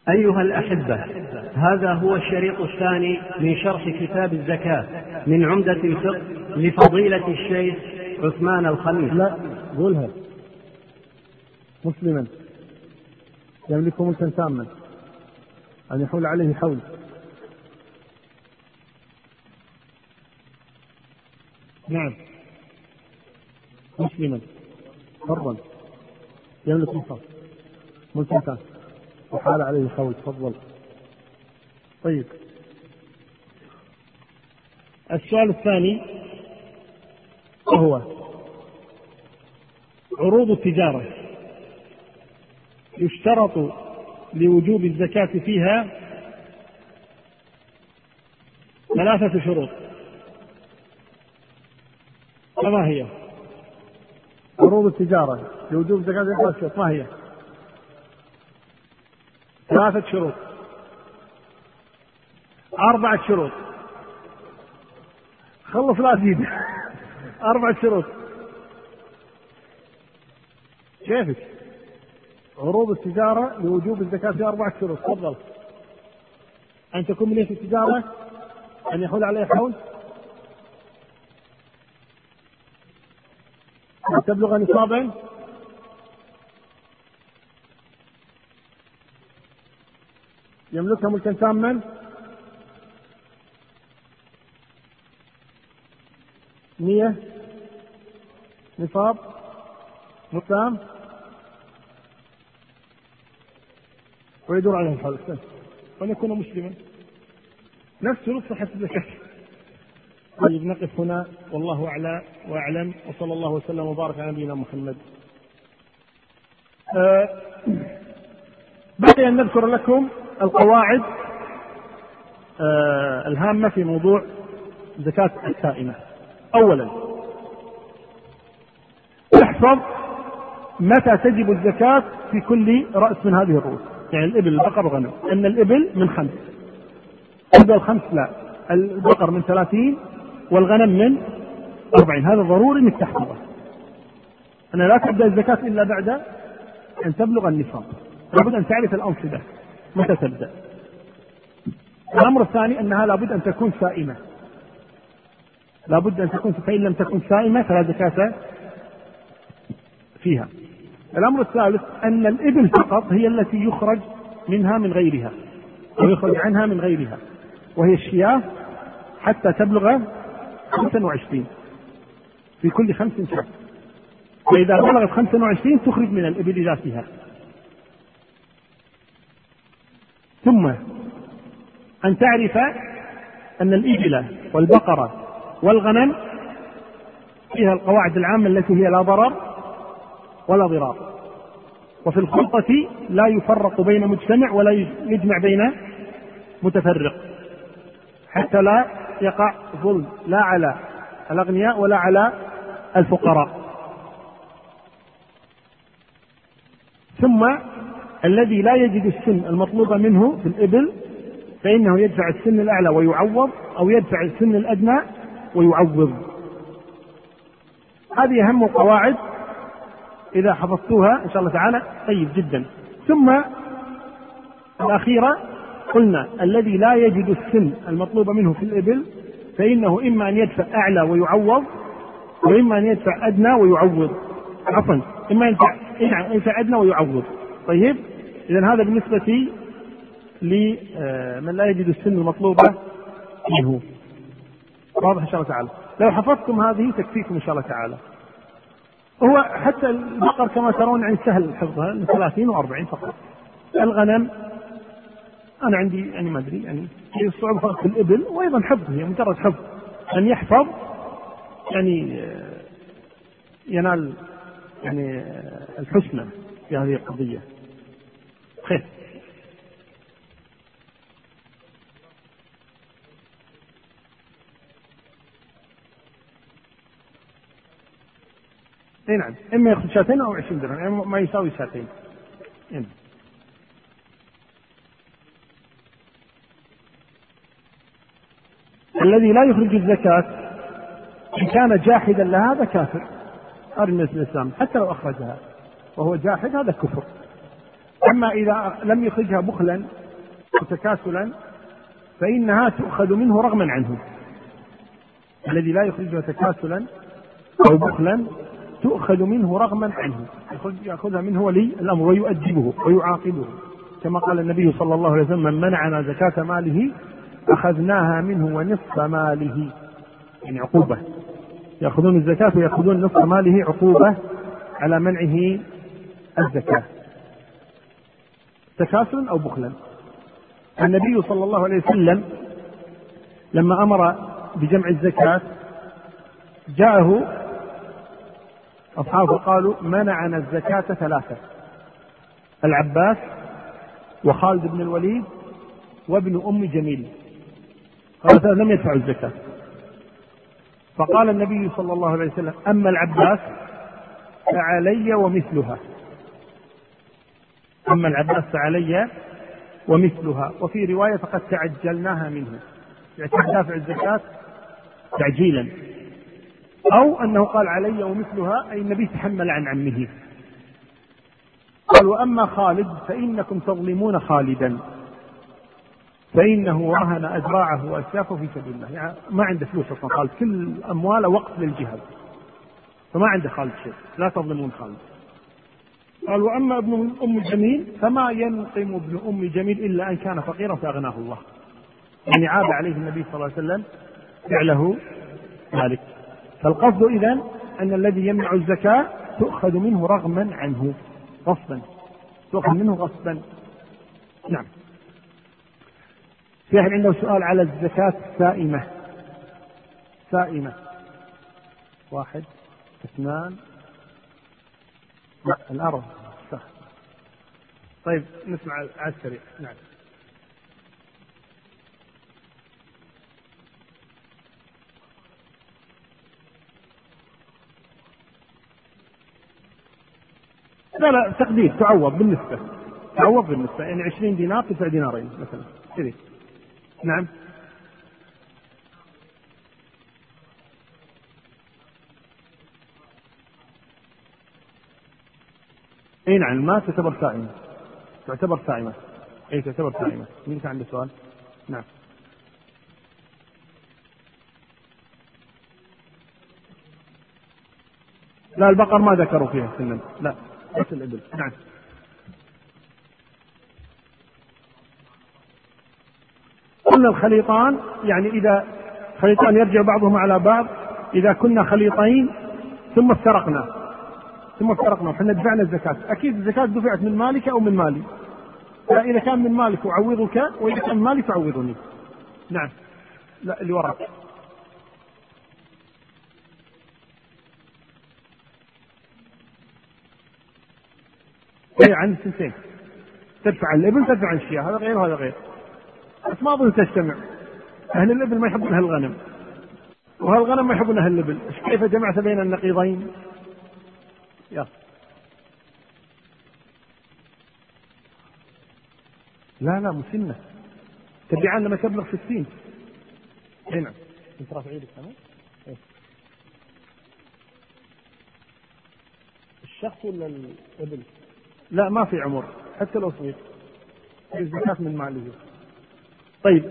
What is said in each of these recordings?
أيها الأحبة، هذا هو الشريط الثاني من شرح كتاب الزكاة من عمدة الفقه لفضيلة الشيخ عثمان الخميس. لا قولها. مسلما يملك ملكا تاما أن يحول عليه حول. نعم، مسلما حرا يملك ملكا تاما وحال عليه حول. تفضل. طيب، السؤال الثاني وهو عروض التجارة يشترط لوجوب الزكاة فيها 3 شروط، فما هي؟ عروض التجارة لوجوب الزكاة فيها 3 شروط، ما هي؟ 3 شروط، 4 شروط. خلص لا تزيد. 4 شروط. كيفك؟ عروض التجارة لوجوب الزكاة في 4 شروط. تفضل. أن تكون من التجارة، أن يحول عليه حول، أن تبلغ نصابا، يملكها ملكا تاما، نية، نصاب متام، ويدور عليه الحول، وأن يكون مسلما. نفس شروط صحة الزكاة. طيب، نقف هنا، والله أعلى وأعلم، وصلى الله وسلم وبارك على نبينا محمد. بقي أن نذكر لكم القواعد الهامة في موضوع زكاة السائمة. أولا، احفظ متى تجب الزكاة في كل رأس من هذه الرؤوس، يعني الإبل، البقر، والغنم. أن الإبل من 5، الخمس لا، البقر من 30 والغنم من 40. هذا ضروري انك تحفظه. أنا لا تبدأ الزكاة إلا بعد أن تبلغ النصاب. لابد أن تعرف الأنصبة متى تبدأ. الأمر الثاني أنها لابد أن تكون سائمة، لابد أن تكون، فإن لم تكن سائمة فلا زكاة فيها. الأمر الثالث أن الإبل فقط هي التي يخرج منها من غيرها، أو يخرج عنها من غيرها، وهي الشياه حتى تبلغ 25 في كل 5 شاة. فإذا بلغت 25 تخرج من الإبل ذاتها. ثم أن تعرف أن الإبل والبقرة والغنم فيها القواعد العامة التي هي لا ضرر ولا ضرار، وفي الخلطة لا يفرق بين مجتمع ولا يجمع بين متفرق، حتى لا يقع ظلم لا على الأغنياء ولا على الفقراء. ثم الذي لا يجد السن المطلوب منه في الإبل فإنه يدفع السن الأعلى ويعوض، أو يدفع السن الأدنى ويعوض. هذه أهم قواعد إذا حفظتوها إن شاء الله تعالى طيب جدا. ثم الأخيرة قلنا الذي لا يجد السن المطلوب منه في الإبل فإنه إما أن يدفع أعلى ويعوض، وإما أن يدفع أدنى ويعوض. عفوا، إما يدفع أدنى ويعوض. طيب، إذن هذا بالنسبة لمن لا يجد السن المطلوبة منه. واضح إن شاء الله تعالى؟ لو حفظتم هذه تكفيكم إن شاء الله تعالى. هو حتى البقر كما ترون عن سهل حفظها من 30 و40 فقط. الغنم أنا عندي يعني ما أدري، يعني هي الصعوبة في الإبل، وأيضا حفظ، هي مجرد حفظ. أن يحفظ يعني ينال يعني الحسنى في هذه القضية. خير. نعم، إما يأخذ 2 أو 20 درهم، يعني ما يساوي 2. الذي لا يخرج الزكاة إن كان جاحدا لها هذا كافر، هذا من الإسلام، حتى لو أخرجها وهو جاحد هذا كفر. أما إذا لم يخرجها بخلا وتكاسلا فإنها تؤخذ منه رغما عنه. الذي لا يخرجها تكاسلا أو بخلا تؤخذ منه رغما عنه، يأخذها منه ولي الأمر ويؤدبه ويعاقبه، كما قال النبي صلى الله عليه وسلم: من منعنا زكاة ماله أخذناها منه ونصف ماله، يعني عقوبة، يأخذون الزكاة ويأخذون نصف ماله عقوبة على منعه الزكاة تكاسلا أو بخلا. النبي صلى الله عليه وسلم لما أمر بجمع الزكاة جاءه أصحابه قالوا: منعنا الزكاة ثلاثة: العباس وخالد بن الوليد وابن أم جميل، هؤلاء لم يدفعوا الزكاة. فقال النبي صلى الله عليه وسلم: أما العباس فعلي ومثلها، أما العباس فعلي ومثلها. وفي رواية: فقد تعجلناها منه، يعني دافع الزكاة تعجيلا. أو أنه قال علي ومثلها، أي النبي تحمل عن عمه. قال: وأما خالد فإنكم تظلمون خالدا فإنه رهن أذراعه وأسيافه في سبيل الله، يعني ما عنده فلوس أصلا خالد، كل أمواله وقف للجهاد، فما عنده خالد شيء، لا تظلمون خالد. قال: وأما ابن أم جميل فما ينقم ابن أم جميل إلا أن كان فقيرا فأغناه الله، يعني عاب عليه النبي صلى الله عليه وسلم فعله ذلك. فالقصد إذن أن الذي يمنع الزكاة تؤخذ منه رغما عنه، غصبا، تؤخذ منه غصبا. نعم. في أحد عنده سؤال على الزكاة السائمة؟ سائمة، 1 2 لا الأرض صح. طيب نسمع على السريع. نعم. لا تقدير، تعوض بالنسبة، تعوض بالنسبة، يعني 20 دينار تدفع دينارين مثلا كذي. نعم. اي نعم، ما تعتبر سائمة، تعتبر سائمة، اي تعتبر سائمة. مين كان عنده سؤال؟ نعم. لا البقر ما ذكروا فيها سنا، لا بس الإبل. نعم. قلنا الخليطان، يعني إذا خليطان يرجع بعضهم على بعض، إذا كنا خليطين ثم افترقنا وحنا دفعنا الزكاة، أكيد الزكاة دفعت من مالك أو من مالي، فإذا كان من مالك أعوضك، وإذا كان من مالي تعوضني. نعم. لا اللي وراك. اي عن سنتين، تدفع الإبل تدفع الشياه، هذا غير وهذا غير، بس ما أظن تجتمع. أهل الإبل ما يحبون أهل الغنم، وأهل الغنم ما يحبون أهل الإبل، كيف جمعت بين النقيضين؟ يلا. لا مسنة، تبيعان لما تبلغ 60. هنا انت رافع يدك تمام. الشخص ولا الإبل؟ لا ما في عمر حتى لو صغير، الزكاة من ماله. طيب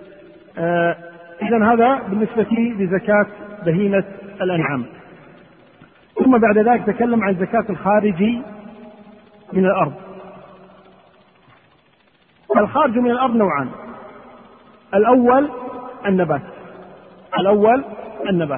إذن هذا بالنسبة لزكاة بهيمة الأنعام. ثم بعد ذلك تكلم عن زكاة الخارج من الأرض. الخارج من الأرض نوعان: الأول النبات،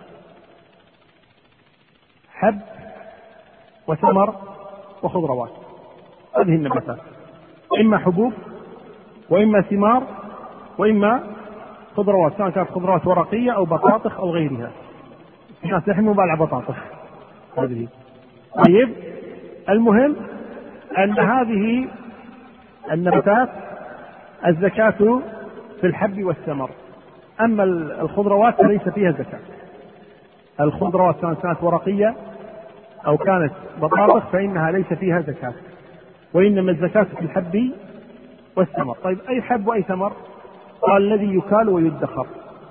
حب وثمر وخضروات، هذه النباتات، إما حبوب وإما ثمار وإما خضروات، سواء كانت خضروات ورقية أو بطاطخ أو غيرها. الناس نحن مبالع بطاطخ هذه. طيب المهم أن هذه النباتات الزكاة في الحب والثمر. أما الخضروات فليس فيها زكاة. الخضروات سواء كانت ورقية أو كانت بطاطخ فإنها ليس فيها زكاة، وإنما الزكاة في الحب والثمر. طيب أي حب وأي ثمر؟ قال: الذي يكال ويدخر،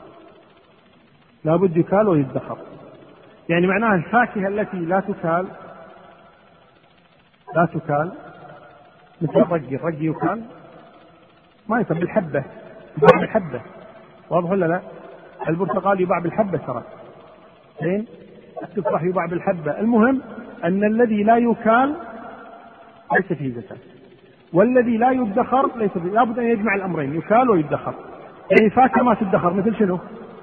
لابد يكال ويدخر، يعني معناها الفاكهة التي لا تكال مثل الرقي يكال ما يصير بالحبة، يباع بالحبة، واضح ولا لا؟ البرتقال يباع بالحبة ترى، زين، التفاح يباع بالحبة. المهم أن الذي لا يكال ليس فيه زكاة، والذي لا يدخر ليس فيه، لابد أن يجمع الأمرين، يكال ويدخر. يعني فاكهة ما تدخر مثل شنو؟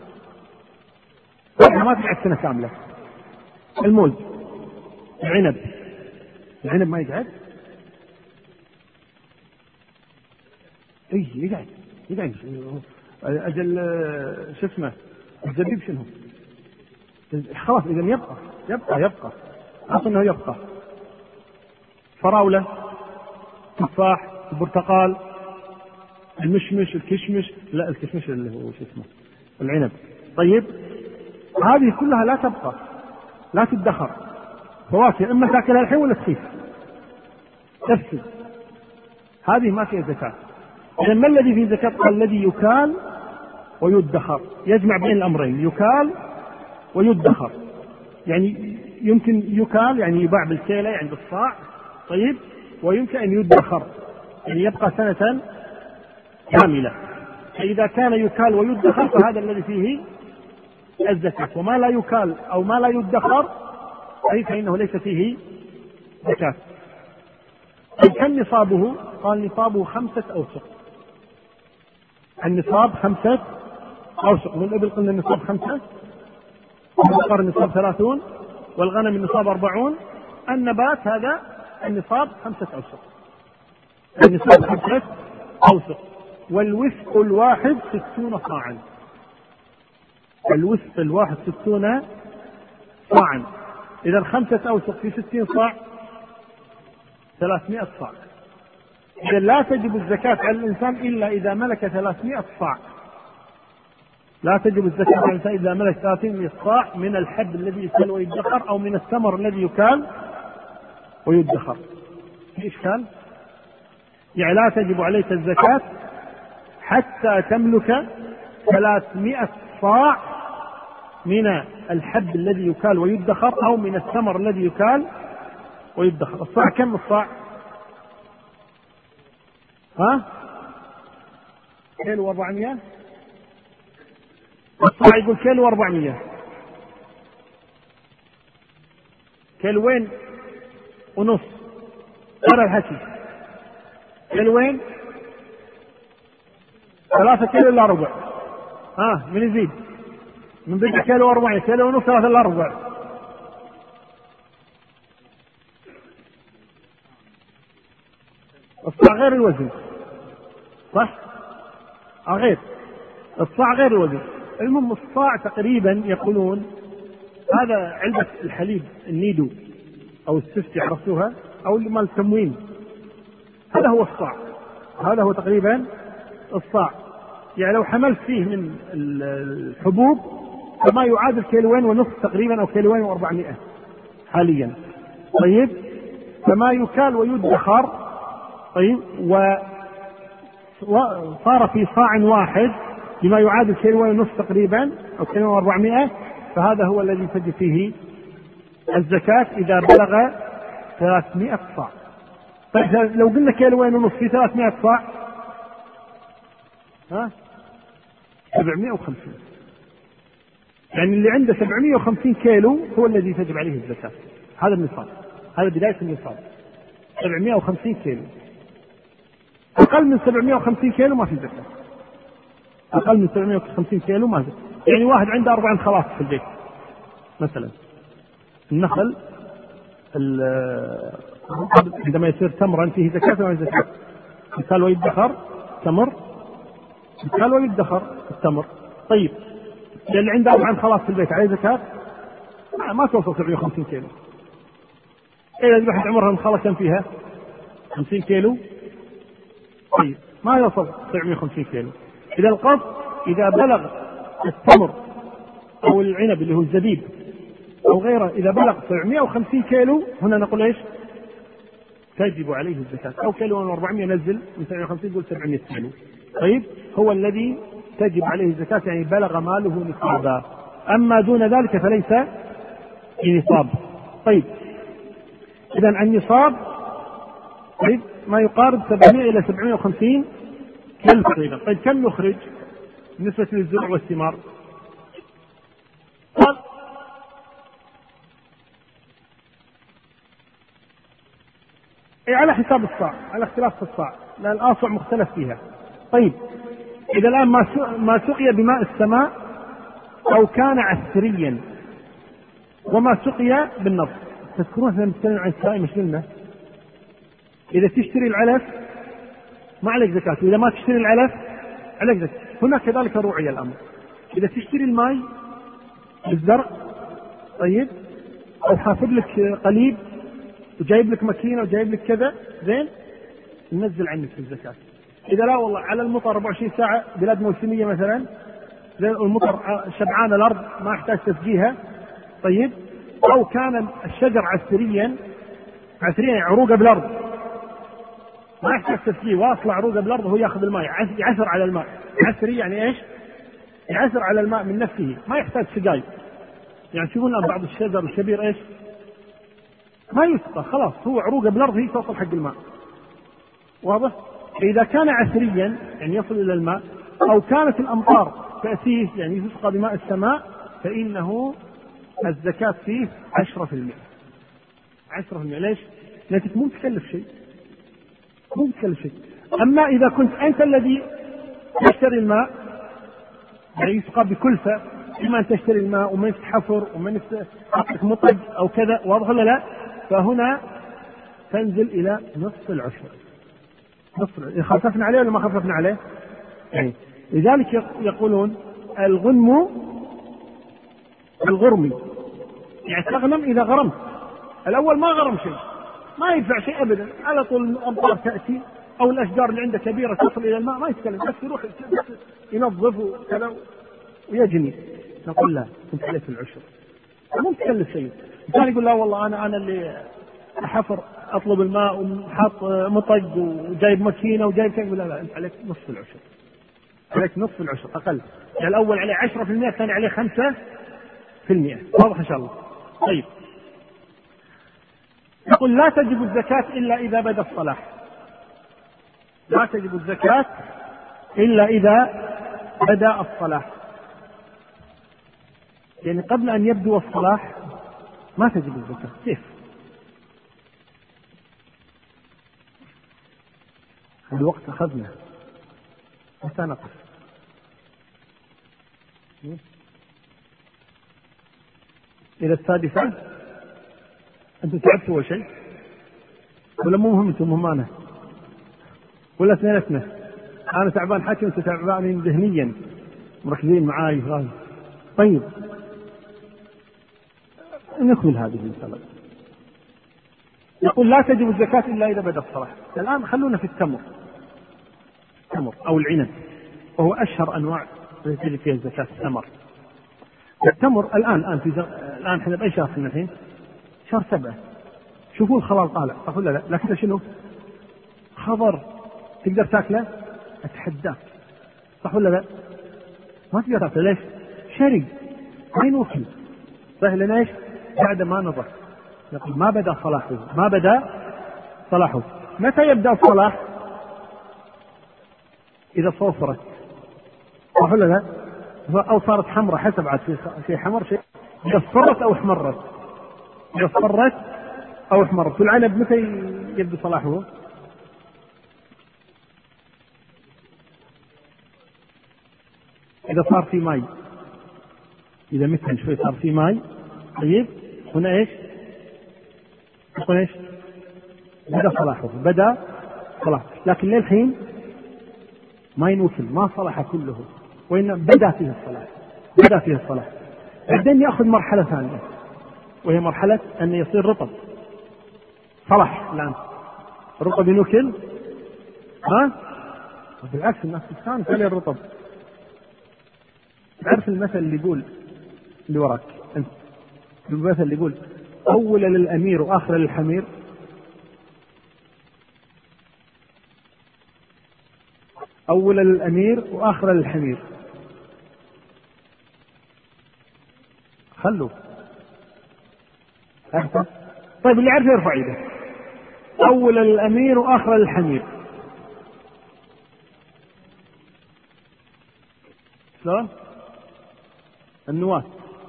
فاكهة ما تقعد سنة كاملة، الموز، العنب ما يقعد، يقعد أجل شو اسمه الزبيب شنو؟ خلاص إذا يبقى أصلا أنه يبقى. فراولة، تفاح، البرتقال، المشمش، الكشمش، لا الكشمش اللي هو شو اسمه العنب. طيب هذه كلها لا تبقى، لا تدخر، فواكه إما تأكلها الحين ولا تخيف تفسد، هذه ما فيها زكاة. إذن ما الذي فيه زكاة؟ قال الذي يكال ويدخر، يجمع بين الأمرين، يكال ويدخر. يعني يمكن يكال يعني يباع بالكيلة يعني بالصاع، طيب، ويمكن أن يدخر يعني يبقى سنة كاملة. فإذا كان يكال ويدخر فهذا الذي فيه الزكاة، وما لا يكال أو ما لا يدخر أي فإنه ليس فيه زكاة. كم نصابه؟ قال نصابه 5 أوسق. النصاب 5 أوسق. من الإبل قلنا النصاب 5، والبقر النصاب 30، والغنم النصاب 40. النبات هذا النصاب 5 أوسق، النصاب 5 أوسق. والوسق الواحد 60 صاعا، الوسق الواحد 60 صاعا. إذا 5 أوسق في 60 صاع 300 صاع. إذا لا تجب الزكاة على الإنسان إلا إذا ملك 300 صاع، لا تجب الزكاة على الإنسان إذا ملك 300 صاع من الحب الذي يكال ويدخر أو من الثمر الذي يكال ويدخر. في إشكال؟ يعني لا تجب عليك الزكاة حتى تملك 300 صاع من الحب الذي يكال ويدخر أو من الثمر الذي يكال ويدخر. الصاع كم الصاع؟ كيلو 400. الصاع يقول كيلو 400، كيلوين ونص، ترى الحكي كيلوين 3 كيلو إلا ربع. من يزيد من بدء كيلو 400، كيلو ونص، 3 إلا ربع. الصاع غير الوزن، صح؟ غير الصاع غير الوزن. المهم الصاع تقريبا يقولون هذا علبة الحليب النيدو أو السفتي عرفتوها، أو اللي مال التموين، هذا هو الصاع، هذا هو تقريبا الصاع. يعني لو حملت فيه من الحبوب فما يعادل كيلوين ونصف تقريبا أو كيلوين و400 حاليا. طيب، فما يكال ويدخر، طيب، وصار في صاع واحد بما يعادل كيلوين ونصف تقريبا أو كيلوين و400، فهذا هو الذي تجب فيه الزكاة إذا بلغ 300 صاع. طيب لو قلنا كيلوين ونصف في 300 صاع 750، يعني اللي عنده 750 كيلو هو الذي تجب عليه الزكاة. هذا النصاب، هذا بداية النصاب 750 كيلو. أقل من 750 كيلو ما في زكاة، أقل من 750 كيلو ما في. يعني واحد عنده 4 خلاص في البيت مثلا، النخل عندما يصير تمرا فيه زكاة ولا زكاة؟ يكال ويدخر تمر، يكال ويدخر التمر. طيب اللي عنده 4 خلاص في البيت عليه زكاة؟ ما توصل 750 كيلو. إذا ذبحت عمرها الخلاص كم فيها؟ 50 كيلو. طيب ما يوصل 750 كيلو. إذا القصد إذا بلغ التمر أو العنب اللي هو الزبيب أو غيره إذا بلغ 750 كيلو، هنا نقول إيش؟ تجب عليه الزكاة. أو كيلو و400 نزل من 750 يقول 700 كيلو. طيب هو الذي تجب عليه الزكاة، يعني بلغ ماله نصابا. أما دون ذلك فليس نصاب. طيب إذا النصاب، طيب ما يقارب 700 إلى 750 كيلو تقريبا. طيب كم نخرج بالنسبة للزروع والثمار؟ قال على حساب الصاع، على اختلاف في الصاع، لأن الآصع مختلف فيها. طيب إذا الآن ما سقي بماء السماء أو كان عسريا وما سقي بالنص، تذكرون احنا نتكلم عن السائم مش قلنا إذا تشتري العلف ما عليك زكاة، وإذا ما تشتري العلف عليك زكاة. هنا كذلك روعي الأمر، إذا تشتري الماء بالزرع طيب أو حافظ لك قليب وجايب لك ماكينة وجايب لك كذا زين ننزل عنك في الزكاة. إذا لا والله على المطر 24 ساعة بلاد موسمية مثلا زي المطر شبعان الأرض ما يحتاج تسقيها طيب، أو كان الشجر عسريا عروقه بالأرض ما يحتاج تسقيه واصل عروقه بالأرض وهو يأخذ الماء يعثر على الماء. عسري يعني إيش؟ يعثر على الماء من نفسه ما يحتاج سقاي. يعني تشوفون الآن بعض الشجر الشبير إيش ما يسقى خلاص هو عروقه بالأرض هي توصل حق الماء واضح. إذا كان عسريا يعني يصل إلى الماء أو كانت الأمطار تأتيه يعني يسقى بماء السماء فإنه الزكاة فيه 10%. ليش؟ لأنك مو تكلف شيء. أما إذا كنت أنت الذي تشتري الماء يعني يسقى بكلفة، إما أن تشتري الماء ومن تحفر ومن تحطك مطج أو كذا واضح ولا لا، فهنا تنزل إلى نصف العشر. خففنا عليه ولا ما خففنا عليه؟ يعني لذلك يقولون الغرمي يعني تغنم إذا غرمت. الأول ما غرم شيء ما ينفع شيء أبدا، على طول الأمطار تأتي أو الأشجار اللي عنده كبيرة تصل إلى الماء ما يتكلم بس يروح ينظف وكذا ويجني. نقول لا كنت عليه في العشر مو تكلف شيء. الثاني يقول لا والله أنا اللي أحفر أطلب الماء وحاط مطق وجايب ماكينة وجايب كذا. لا أنت عليك نصف العشر، عليك نصف العشر أقل. يعني الأول عليه 10%، الثاني عليه 5%. واضح إن شاء الله. طيب يقول لا تجب الزكاة إلا إذا بدا الصلاح. لا تجب الزكاة إلا إذا بدا الصلاح، يعني قبل أن يبدو الصلاح ما تجب الزكاة. كيف؟ الوقت أخذنا متى نقف؟ إلى 6:00. أنتم تعبتوا أول شيء ولا مو مهم؟ أنتم مهم أنا ولا اثنيناتنا؟ أنا تعبان حكي وأنتم تعبانين ذهنيا مركزين معاي. طيب نكمل هذه المسألة. يقول لا تجب الزكاة إلا إذا بدأ الصلاح. الآن خلونا في التمر أو العنب وهو أشهر أنواع تجب فيها الزكاة. التمر الآن احنا بأي شهر الحين؟ شهر 7. شوفوا الخضار طالع صح ولا لا؟ لكن شنو خضر تقدر تاكله؟ أتحداك صح ولا لا؟ ما تقدر تاكله. ليش؟ شرق ما ينوكل. سهل ايش؟ بعد ما نضج. يقول ما بدا صلاحه. متى يبدا الصلاح؟ اذا صوفرت صح ولا لا؟ او صارت حمراء، حسب عاد في حمر شيء اذا اصفرت او احمرت. والعنب متى يبدو صلاحه؟ اذا صار في ماء، اذا مثلا شوي صار في ماء. طيب هنا ايش؟ يقول ايش؟ بدا صلاحه. لكن للحين ما ينوكل، ما صلح كله، وإن بدا فيه الصلاح. بعدين يأخذ مرحلة ثانية وهي مرحلة أن يصير رطب. صلح الآن الرطب ينوكل بالعكس الناس تستانس عليه الرطب. تعرف المثل اللي يقول اللي وراك، المثل اللي يقول أول للأمير وآخر للحمير. أول للأمير وآخر للحمير. خلوا طيب اللي يعرف يرفع يده. أول للأمير وآخر للحمير. شلون؟ النواة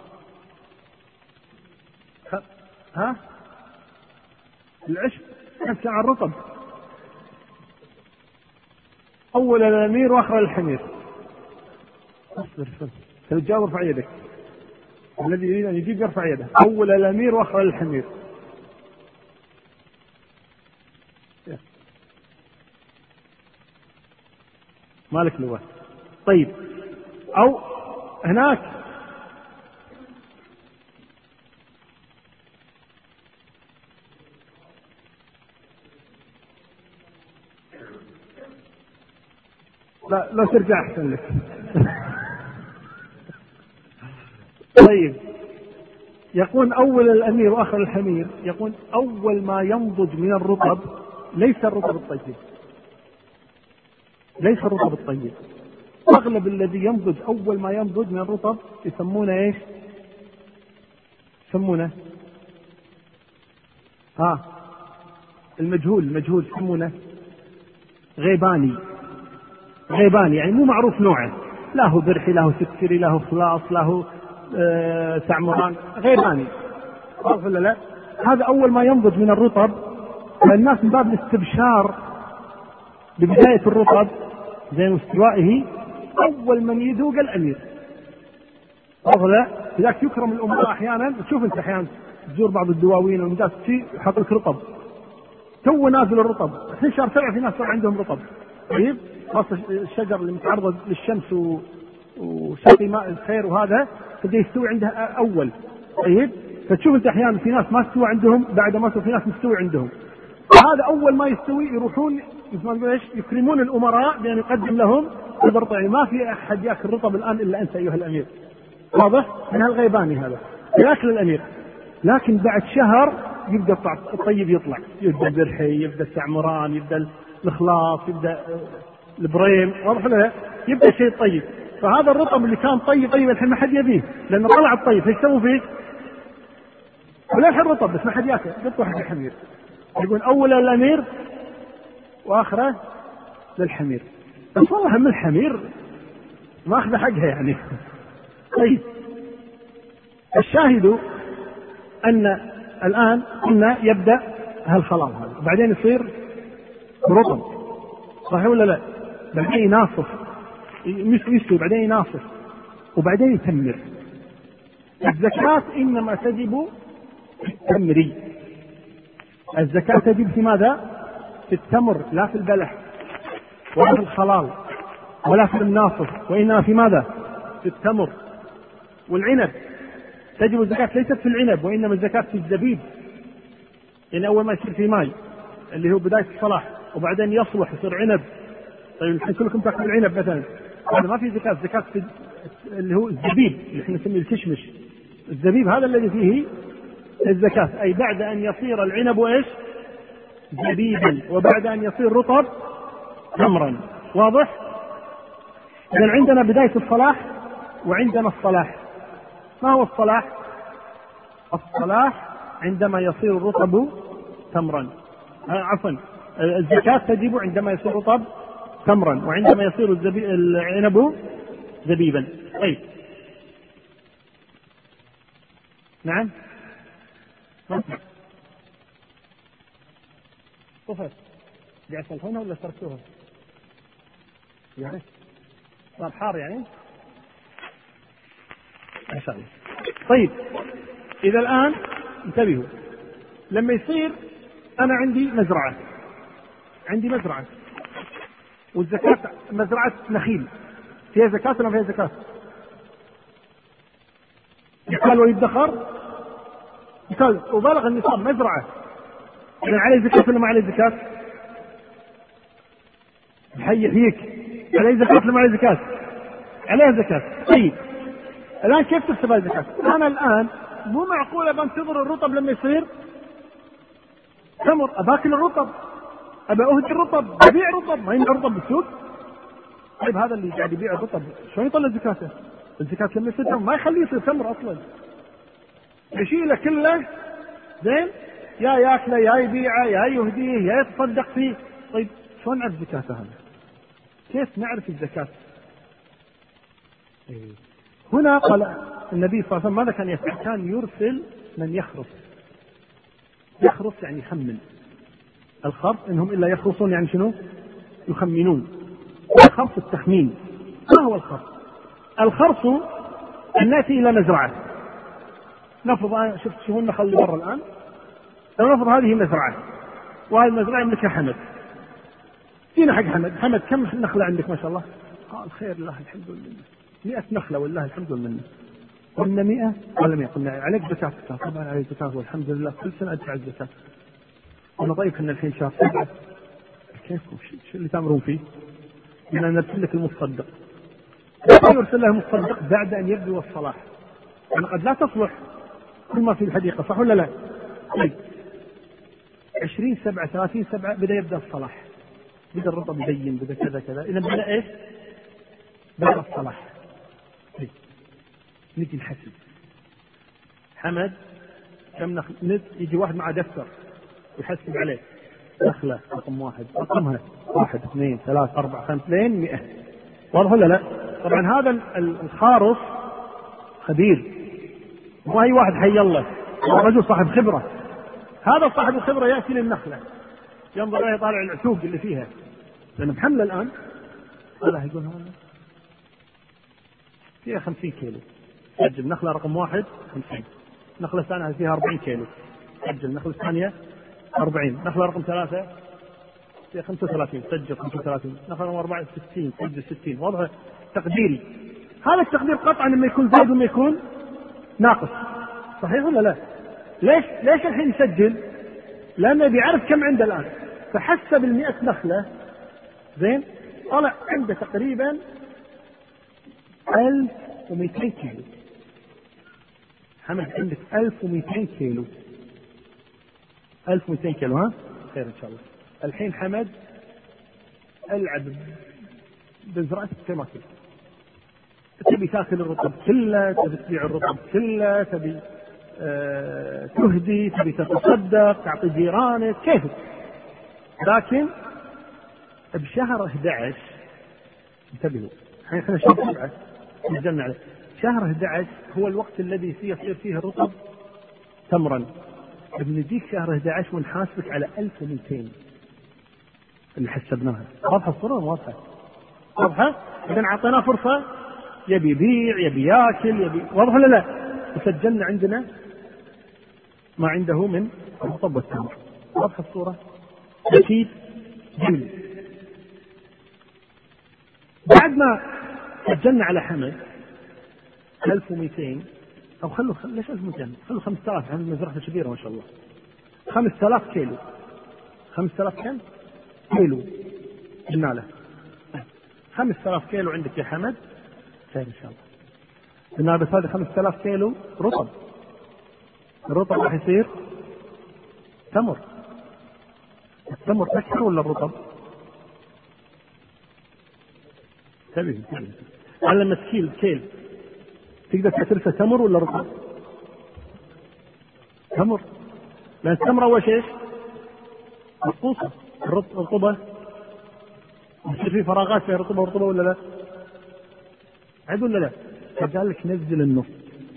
ها العشب نفس عن الرطب. أول للأمير وآخر للحمير. اصبر تجاوب ارفع يدك. الذي يريد أن يجيب يرفع يده. أول للأمير وآخر للحمير. مالك لغة. طيب أو هناك لا ترجع أحسن لك. طيب يقول أول الأمير وآخر الحمير. يقول أول ما ينضج من الرطب ليس الرطب الطيب، ليس الرطب الطيب. أغلب الذي ينضج أول ما ينضج من الرطب يسمونه إيش؟ يسمونه المجهول يسمونه غيباني. غيباني يعني مو معروف نوعه، لا هو برحي، لا هو سكري، لا هو خلاص، لا هو سعمران، غيباني. ولا لا؟ هذا أول ما ينضج من الرطب، فالناس من باب الاستبشار ببداية الرطب زين واستوائه أول من يذوق الأمير. ولا لذلك يكرم الأمراء أحيانا. تشوف أنت أحيانا تزور بعض الدواوين والمدارس يحط لك رطب تو نازل الرطب، في شهر 7 في ناس عندهم رطب. طيب خاصة الشجر اللي متعرض للشمس وسقي ماء الخير وهذا تبدأ يستوي عنده أول. طيب فتشوف أنت أحيانا في ناس ما استوى عندهم، بعد ما في ناس مستوي عندهم. هذا أول ما يستوي يروحون يكرمون الأمراء بأن يقدم لهم الرطب. يعني ما في أحد يأكل رطب الآن إلا أنت أيها الأمير. واضح؟ من هالغيباني هذا يأكل الأمير. لكن بعد شهر يبدأ الطيب يطلع، يبدأ البرحي، يبدأ السعمران، يبدأ الإخلاص، يبدأ البريم. واضح ولا لا؟ يبدأ شيء طيب. فهذا الرطب اللي كان طيب الحين ما حد يبيه لأنه طلع الطيب. ايش يسووا فيه؟ ولا الحين رطب بس ما حد ياكل، يطلع حق الحمير. يقول أول للأمير وآخره للحمير. بس والله من الحمير ما أخذ حقها يعني. طيب الشاهد أن الآن قلنا يبدأ هالخلاص هذا، بعدين يصير رطب، صحيح ولا لا؟ بعدين يناصف، يستوي، بعدين يناصف، وبعدين يتمر. الزكاة إنما تجب في التمر. الزكاة تجب في ماذا؟ في التمر، لا في البلح ولا في الخلال ولا في الناصف، وإنما في ماذا؟ في التمر والعنب. تجب الزكاة ليست في العنب، وإنما الزكاة في الزبيب. يعني أول ما يصير في ماء اللي هو بداية الصلاح، وبعدين يصلح يصير عنب. طيب الحين كلكم تأكلوا العنب مثلا، هذا ما في زكاة. زكاة في اللي هو الزبيب اللي احنا نسميه الكشمش. الزبيب هذا الذي فيه الزكاة، أي بعد أن يصير العنب إيش؟ زبيبا، وبعد أن يصير رطب تمرا. واضح؟ إذن عندنا بداية الصلاح وعندنا الصلاح. ما هو الصلاح؟ الصلاح عندما يصير الرطب تمرا، عفوا الزكاة تجب عندما يصير رطب تمرا، وعندما يصير العنب زبيبا. طيب نعم طفت جعلت هنا ولا تركتوها؟ يعني صار حار يعني ما شاء الله. طيب إذا الآن انتبهوا، لما يصير أنا عندي مزرعة والزكاة مزرعة نخيل، فيها زكاة ولا فيها زكاة؟ يقال ويدخر، يقال وبلغ النصاب مزرعة، إذا عليه زكاة ولا ما عليه زكاة؟ الحي يحييك، عليه زكاة ولا ما عليه زكاة؟ عليه زكاة. طيب الآن كيف تحسب الزكاة؟ أنا الآن مو معقولة بنتظر الرطب لما يصير تمر، أباكل الرطب، أبى أهدي الرطب، أبيع رطب، ما ينبع رطب بالسوق. طيب هذا اللي قاعد يبيع الرطب شلون يطلع زكاته؟ الزكاة لما يصير تمر ما يخليه يصير تمر أصلا، يشيله كله زين يا ياكله يا يبيعه يا يهديه يا يتصدق فيه. طيب شلون نعرف زكاة هذا؟ كيف نعرف الزكاة؟ هنا قال النبي صلى الله عليه وسلم ماذا كان يفعل؟ كان يرسل من يخرص. يخرص يعني يخمن. الخرص إنهم إلا يخرصون يعني شنو؟ يخمنون. الخرص التخمين. ما هو الخرص؟ الخرص أن نأتي إلى مزرعة، نفرض أنا شوفوا النخل اللي برا الآن، لو نفرض هذه مزرعة وهذه المزرعة يملكها حمد. جينا حق حمد كم نخلة عندك ما شاء الله؟ قال خير الله الحمد لله 100 نخلة والله الحمد لله. قلنا 100 قال 100. قلنا عليك زكاة؟ طبعا عليك زكاة والحمد لله كل سنة أدفع الزكاة. قلنا طيب احنا الحين شهر 7 كيفكم شو اللي تأمرون فيه؟ قلنا نرسل لك المصدق. يرسل له المصدق بعد أن يبدو الصلاح، يعني قد لا تصلح كل ما في الحديقة، صح ولا لا؟ طيب 20/7 30/7 بدأ يبدأ الصلاح، بدأ الرطب يبين، بدأ كذا كذا. إذا بدأ إيش؟ بدأ الصلاح. طيب نجي نحسب حمد كم نخل. يجي واحد مع دفتر ويحسب عليه نخلة رقم 1 رقمها 1 2 3 4 5 لين 100. واضح ولا لا؟ طبعا هذا الخارص خبير، مو أي واحد حي الله، رجل صاحب خبرة. هذا صاحب الخبرة يأتي للنخلة ينظر إليه يطالع العتوق اللي فيها لأن محملة الآن. الله يقول هذا فيها 50 كيلو، سجل نخلة رقم 1 50، نخلة ثانية فيها 40 كيلو، سجل نخلة ثانية 40، نخلة رقم 3 فيها 35 سجل 35، نخلة رقم 4 60 سجل 60. واضح؟ تقديري. هذا التقدير قطعا لما يكون زائد وما يكون ناقص، صحيح ولا لا؟ ليش الحين يسجل؟ لأنه بيعرف كم عنده الآن، فحسب 100 نخلة زين طلع عنده تقريبا 1200 كيلو. حمد عندك 1200 كيلو، 1200 كيلو. ها خير إن شاء الله. الحين حمد العب بزرعتك كما تبي، تبي تاكل الرطب كله، تبي تبيع الرطب كله، تبي تهدي، تبي تتصدق، تعطي جيرانك، كيفك. لكن بشهر 11 انتبهوا، الحين احنا شهر 7 نزلنا عليه، شهر 11 هو الوقت الذي يصير فيه الرطب تمرا. بنجيك شهر 11 ونحاسبك على 1200 اللي حسبناها. واضحة الصورة؟ واضحة؟ واضحة؟ إذا أعطيناه فرصة يبي يبيع يبي ياكل يبي، واضح ولا لا؟ وسجلنا عندنا ما عنده من الرطب والتمر. واضحة الصورة؟ أكيد جميل. بعد ما سجلنا على حمد 1200 أو خلوا ليش 1200؟ خلوا 5000، عند مزرعة كبيرة ما شاء الله. 5000 كيلو. 5000 كم؟ كيلو قلنا له 5000 كيلو عندك يا حمد. خير إن شاء الله. قلنا بس هذا 5000 كيلو رطب، الرطب راح يصير تمر. التمر أكثر ولا الرطب؟ تبي على المسكيل كيل تقدر تعترفه تمر ولا رطب؟ تمر، لأن التمر أول شيء مقصوصة، الرطبة يصير في فراغات في رطبة ولا لا؟ عد ولا لا؟ فقال لك نزل النص.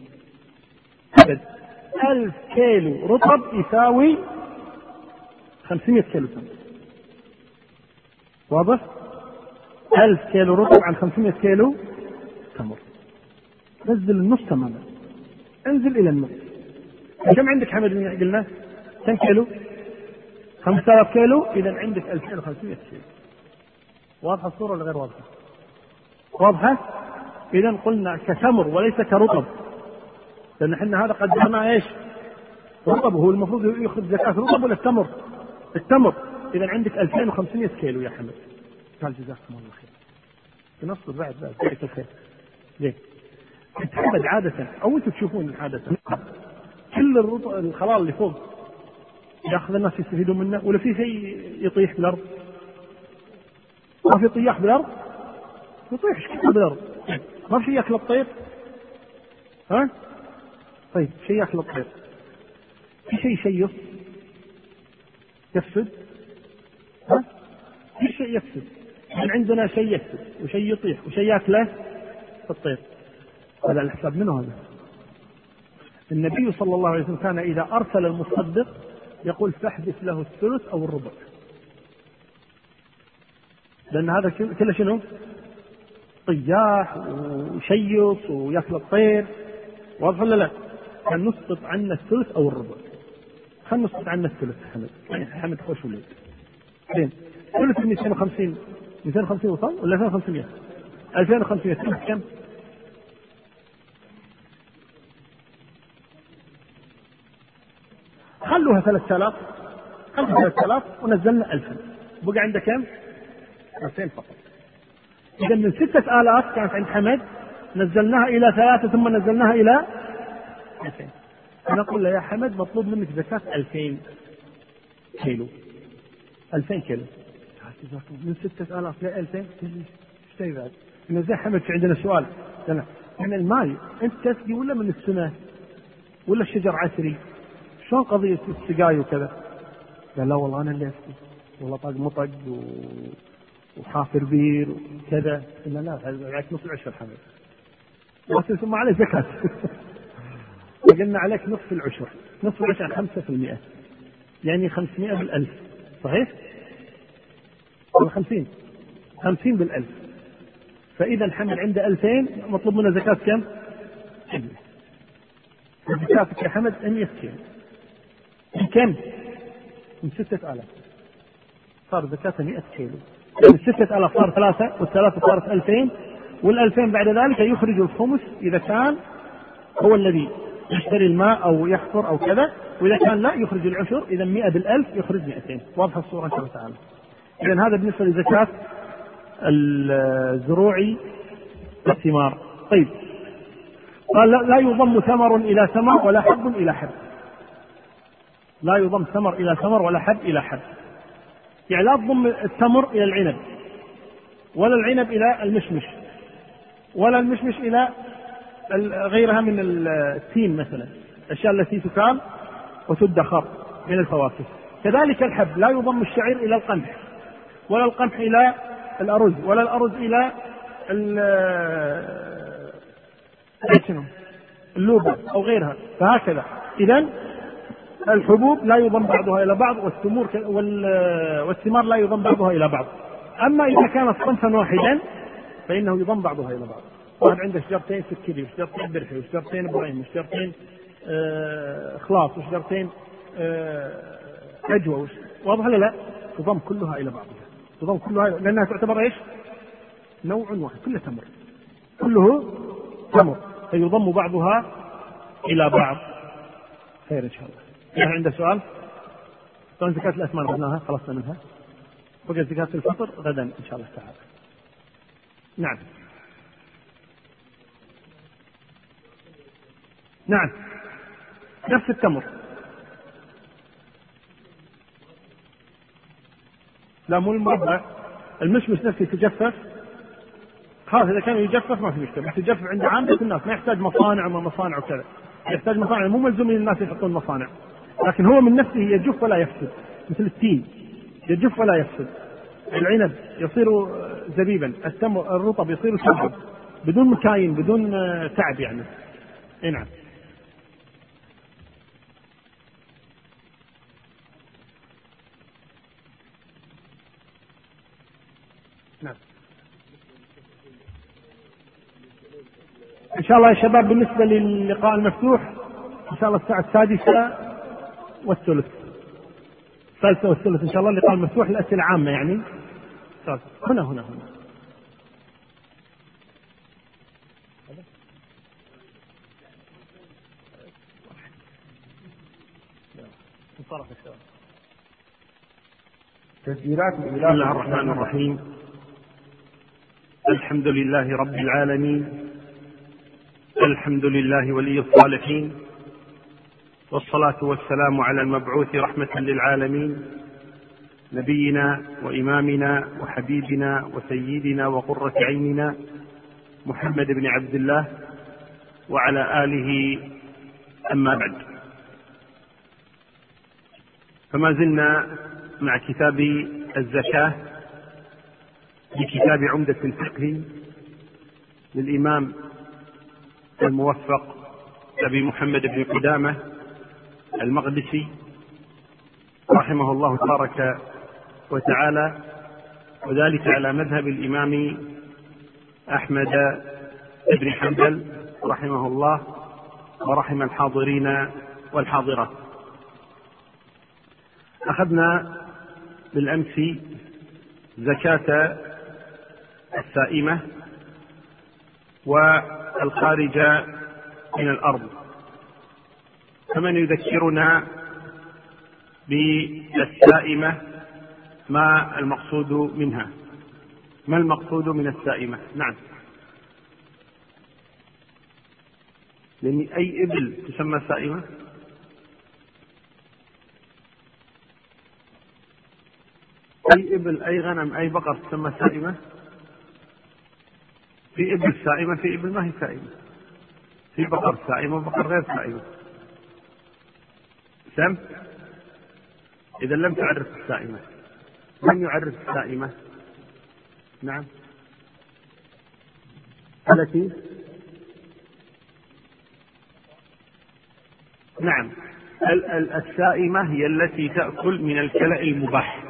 1000 كيلو رطب يساوي 500 كيلو تمر. واضح؟ 1000 كيلو رطب عن 500 كيلو تمر. نزل النص تماما، انزل إلى النص. كم عندك حمد قلنا؟ كم كيلو؟ 5000 كيلو. إذا عندك 2500 كيلو. واضحة الصورة ولا غير واضحة؟ واضحة؟ إذا قلنا كتمر وليس كرطب، لأن احنا هذا قدرنا ايش؟ رطب، وهو المفروض يأخذ زكاة الرطب ولا التمر؟ التمر. إذا عندك 2500 كيلو يا حمد. قال جزاكم الله خير. تنصر بعد جزاك الخير. ليه؟ تتحدد عادة أو أنتم تشوفون عادة كل الخلال اللي فوق يأخذ الناس يستفيدون منه، ولا في شيء يطيح بالأرض؟ ما في طياح بالأرض؟ يطيح كله بالأرض. ما في شيء يأكل الطير؟ ها؟ طيب شيء يأكل الطير، في شيء يشيص؟ يفسد؟ ها؟ كل شيء يفسد. يعني عندنا شيء يفسد وشيء يطيح وشيء ياكله الطير. هذا الحساب منه هذا. النبي صلى الله عليه وسلم كان إذا أرسل المصدق يقول فاحدث له الثلث أو الربع، لأن هذا كله شنو؟ طياح وشيط وياكل الطير، واضح ولا لا؟ كان نسقط عنا الثلث أو الربع. خلنا نسقط عنا الثلث. حمد خوش وليد زين. ثلث 250 وصل ولا 2500؟ 2500 ثلث كم؟ خلوها 3000 ونزلنا 1000 بقى عندك كم؟ 2000 فقط. إذا من 6000 كانت عند حمد نزلناها إلى 3 ثم نزلناها إلى 2000. أنا أقول له يا حمد مطلوب منك زكاة 2000 كيلو. 2000 كيلو من 6000 ل 2000 ايش بعد؟ إنه زي حمد في عندنا سؤال يعني الماء أنت تسقي ولا من السنة ولا الشجر عسري؟ شلون قضية السقاي وكذا؟ قال لا والله أنا اللي أسقي، والله طاق مطق وحافر بير وكذا. قلنا لا عليك نصف العشر حمد، ثم عليه زكاة. وقلنا عليك نصف العشر. نصف العشر 5%، يعني 500 بالألف، صحيح؟ ولا 50 بالألف. فإذا حمد عنده 2000 مطلوب منه زكاة كم؟ زكاتك يا حمد 100 كيلو. من كم؟ من 6000 صار زكاة 100 كيلو. يعني 6000 صار 3 والثلاثة صارت 2000 وال2000 بعد ذلك يخرج الخمس إذا كان هو الذي يشتري الماء أو يحفر أو كذا، وإذا كان لا يخرج العشر. إذا 100 بالألف يخرج 200. واضحة الصورة إن شاء الله تعالى. إذا هذا بالنسبة لزكاة الزروع والثمار. طيب قال لا يضم ثمر إلى ثمر ولا حب إلى حب. لا يضم ثمر إلى ثمر ولا حب إلى حب. يعني لا تضم التمر إلى العنب، ولا العنب إلى المشمش، ولا المشمش إلى غيرها من التين مثلا، الأشياء التي تكال وتدخر من الفواكه. كذلك الحب لا يضم الشعير إلى القمح، ولا القمح إلى الأرز، ولا الأرز إلى اللوبة أو غيرها. فهكذا إذن الحبوب لا يضم بعضها إلى بعض، والثمار لا يضم بعضها إلى بعض. أما إذا كانت صنفا واحدا فإنه يضم بعضها إلى بعض. واحد عنده شجرتين سكري وشجرتين برحي وشجرتين إبراهيم وشجرتين خلاص وشجرتين عجوة، واضح ولا لا؟ تضم كلها إلى بعضها، لأنها تعتبر إيش؟ نوع واحد، كله تمر، كله تمر، فيضم بعضها إلى بعض. خير إن شاء الله. يعني عنده سؤال؟ طبعا زكاة الأثمان قلناها خلصنا منها، بقى زكاة الفطر غدا إن شاء الله تعالى. نعم نفس التمر. لا مو المربع، المشمش نفسه يتجفف. خلاص إذا كان يجفف ما في مشكلة، بس يجفف عند عامة الناس، ما يحتاج مصانع ومصانع وكذا. يحتاج مصانع، مو ملزوم الناس يحطون مصانع، لكن هو من نفسه يجف ولا يفسد، مثل التين يجف ولا يفسد. العنب يصير زبيبا، التمر الرطب يصير شربا بدون مكاين بدون تعب يعني. نعم. إن شاء الله يا شباب بالنسبة للقاء المفتوح إن شاء الله الساعة 6:30 والثلث، 3 والثلث إن شاء الله اللقاء المفتوح، الأسئلة عامة يعني. هنا تسجيلات. بسم الله الرحمن الرحيم. الحمد لله رب العالمين، الحمد لله ولي الصالحين، والصلاة والسلام على المبعوث رحمة للعالمين، نبينا وإمامنا وحبيبنا وسيدنا وقرة عيننا محمد بن عبد الله وعلى آله. أما بعد، فما زلنا مع كتاب الزكاة بكتاب عمدة الفقه للإمام الموفق أبي محمد بن قدامة المقدسي رحمه الله تبارك وتعالى، وذلك على مذهب الإمام أحمد بن حنبل رحمه الله ورحم الحاضرين والحاضرات. أخذنا بالأمس زكاة السائمة والخارجة من الأرض، فمن يذكرنا بالسائمة ما المقصود منها؟ ما المقصود من السائمة؟ نعم، لأن أي إبل تسمى سائمة؟ أي إبل أي غنم أي بقر تسمى سائمة؟ في إبل سائمة، في إبل ما هي سائمة، في بقر سائمة وبقر غير سائمة. سم إذا لم تعرف السائمة، من يعرف السائمة؟ نعم، التي نعم السائمة هي التي تأكل من الكلأ المباح.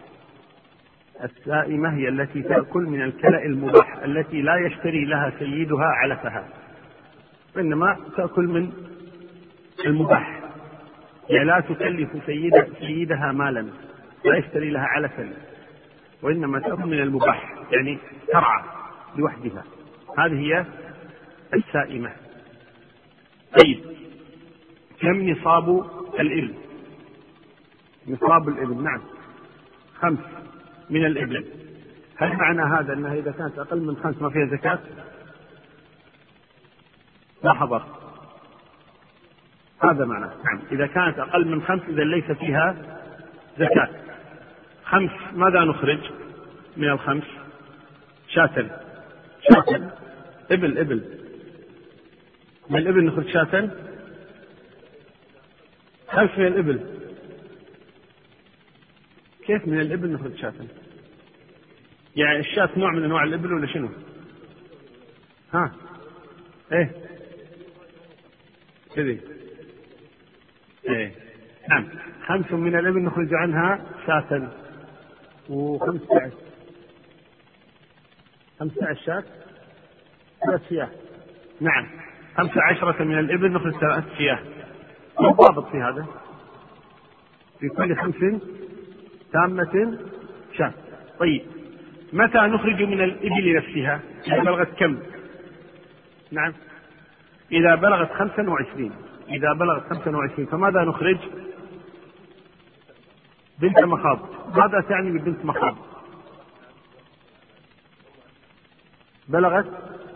السائمة هي التي تأكل من الكلأ المباح التي لا يشتري لها سيدها علفها، وإنما تأكل من المباح، يعني لا تكلف سيدها مالا، لا يشتري لها علفا، وإنما تأكل من المباح، يعني ترعى لوحدها. هذه هي السائمة. طيب، كم نصاب الإبل؟ نصاب الإبل نعم 5 من الإبل. هل معنى هذا أنها إذا كانت أقل من 5 ما فيها زكاة؟ لا حضر، هذا معنى. نعم، إذا كانت أقل من 5 إذا ليس فيها زكاة. 5 ماذا نخرج من 5؟ شاة إبل من الإبل نخرج شاة. 5 من الإبل، كيف من الإبل نخرج شاة؟ يعني الشاة نوع من أنواع الإبل ولا شنو؟ إيه كذي. إيه نعم، 5 من الإبل نخرج عنها شاة، و15 شاة 3 شياه. نعم، 15 من الإبل نخرج 3 شياه. والضابط في هذا في كل 5 تامة شاة. طيب، متى نخرج من الإبل نفسها؟ إذا بلغت كم؟ نعم، إذا بلغت 25. إذا بلغت 25 فماذا نخرج؟ بنت مخاض. ماذا تعني ببنت مخاض؟ بلغت،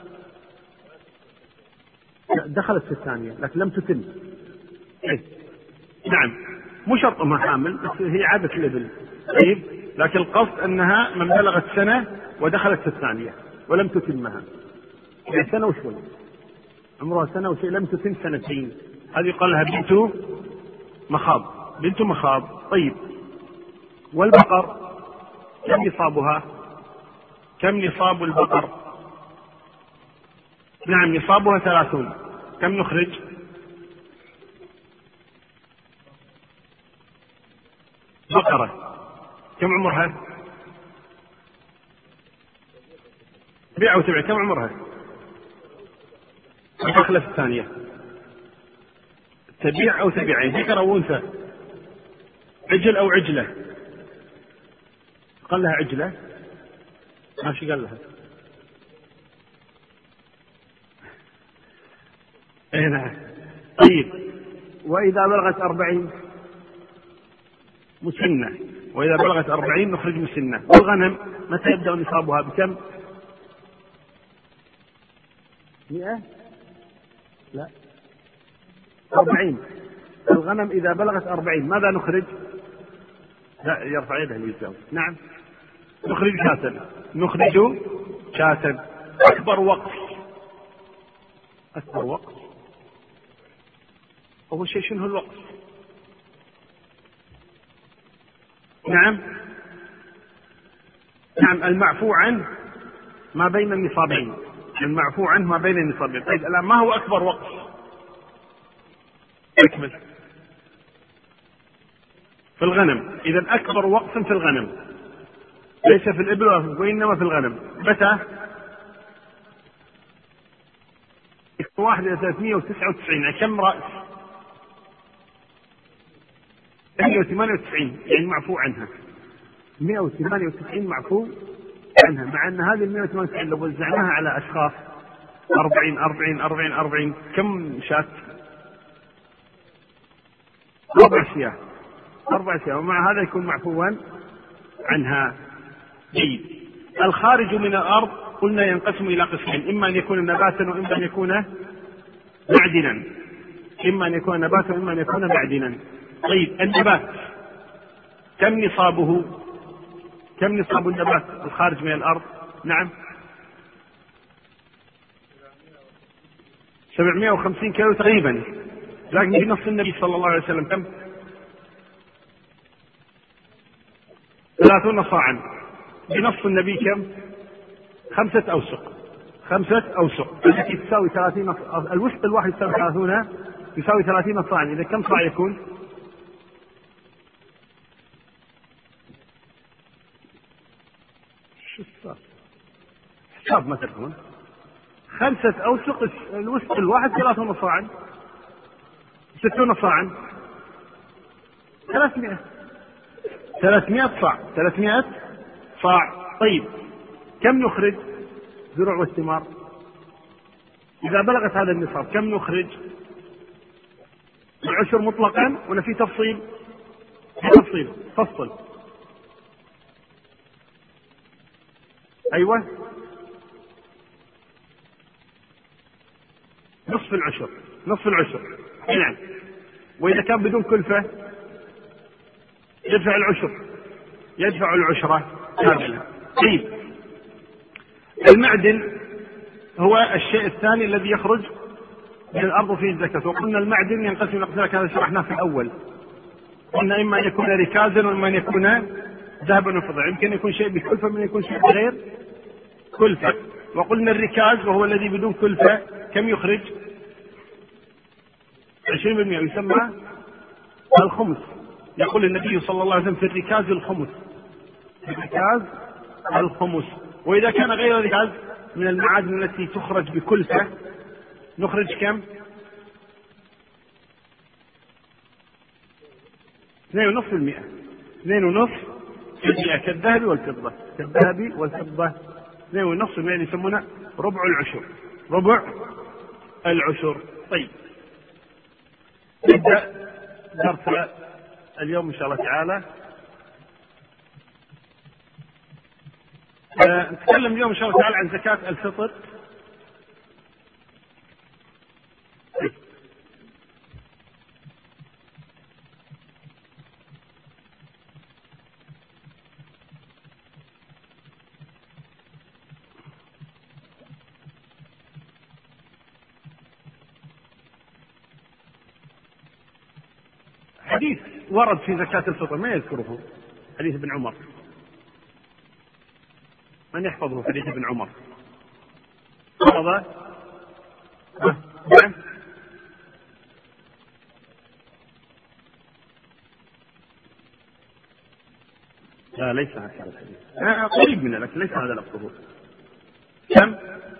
دخلت في الثانية لكن لم تتم. إيه؟ نعم، مو شرط ما حامل، بس هي عادة الإبل. طيب، لكن القصد أنها من بلغت سنة ودخلت في الثانية ولم تتمها، يعني سنة وشوي، عمرها سنة وشيء لم تتم 2 هذه يقال لها بنت مخاض. طيب، والبقر كم نصابها؟ كم نصاب البقر؟ نعم، نصابها 30. كم نخرج؟ بقرة كم عمرها؟ تبيع أو تبيع، كم عمرها؟ دخلت في الثانية. تبيع أو تبيع، يعني ذكر أو أنثى، عجل أو عجلة. قال لها عجلة، ماشي قال لها. اي نعم. طيب، وإذا بلغت 40 مسنة، وإذا بلغت 40 نخرج مسنة. والغنم متى يبدأ نصابها؟ بكم؟ 100؟ لا، 40. الغنم إذا بلغت 40 ماذا نخرج؟ لا، يرفع يده اللي يجاوب. نعم، نخرج شاة. أكبر وقت أول شيء شنو الوقت؟ نعم المعفو عنه ما بين النصابين، المعفو عنه ما بين النصابين. طيب الآن ما هو أكبر وقف؟ أكمل. في الغنم. إذا أكبر وقف في الغنم، ليس في الإبل وإنما في الغنم. متى؟ 1 إلى 399. كم رأس؟ 198 يعني معفو عنها. 198 معفو عنها، مع أن هذه 198 لو وزعناها على أشخاص 40 40 40 40 كم شاة؟ 4 شياه، 4 شياه، ومع هذا يكون معفوا عنها. جيد. الخارج من الأرض قلنا ينقسم إلى قسمين، إما أن يكون نباتا وإما أن يكون معدنا. إما أن يكون نباتا وإما أن يكون معدنا. طيب النبات كم نصابه؟ كم نصاب النبات الخارج من الأرض؟ نعم 750 كيلو تقريبا، لكن بنص النبي صلى الله عليه وسلم كم؟ 30 صاعا. بنص النبي كم؟ 5 أوسق. 5 أوسق التي تساوي 30. الوسق الواحد يساوي 30 صاعا. إذا كم صاع يكون؟ شو الصار؟ حساب ما تفهمون. 5 أوسق الوسق الواحد 30 صاعا، 60 صاعا، 300 صاع. 300 صاع. طيب كم نخرج زروع والثمار إذا بلغت هذا النصاب؟ كم نخرج؟ العشر مطلقا ولا في تفصيل؟ في تفصيل. فصل. أيوة نصف العشر. نصف العشر نعم. وإذا كان بدون كلفة يدفع العشر، يدفع العشرة كاملة. طيب المعدن هو الشيء الثاني الذي يخرج من الأرض فيه الزكاة. وقلنا المعدن ينقسم إلى قسمين، هذا شرحناه في الأول. قلنا إما أن يكون ركازا وإما أن يكون ذهبا وفضة. يمكن يكون شيء بكلفة ومن يكون شيء بغير كلفة. وقلنا الركاز وهو الذي بدون كلفة كم يخرج؟ 20% يسمى الخمس. يقول النبي صلى الله عليه وسلم في الركاز الخمس، في الركاز الخمس. وإذا كان غير الركاز من المعادن التي تخرج بكلفة نخرج كم؟ 2.5%. 2.5% كالذهب والفضة. كالذهب والفضة 2.5% يسمونه ربع العشر. ربع العشر. طيب نبدأ درس اليوم إن شاء الله تعالى. نتكلم اليوم إن شاء الله تعالى عن زكاة الفطر. حديث ورد في زكاة الفطر ما يذكره، حديث ابن عمر. من يحفظه حديث ابن عمر؟ فرض نعم لا ليس هكذا الحديث، قريب منه لكن ليس هذا لفظه. كم؟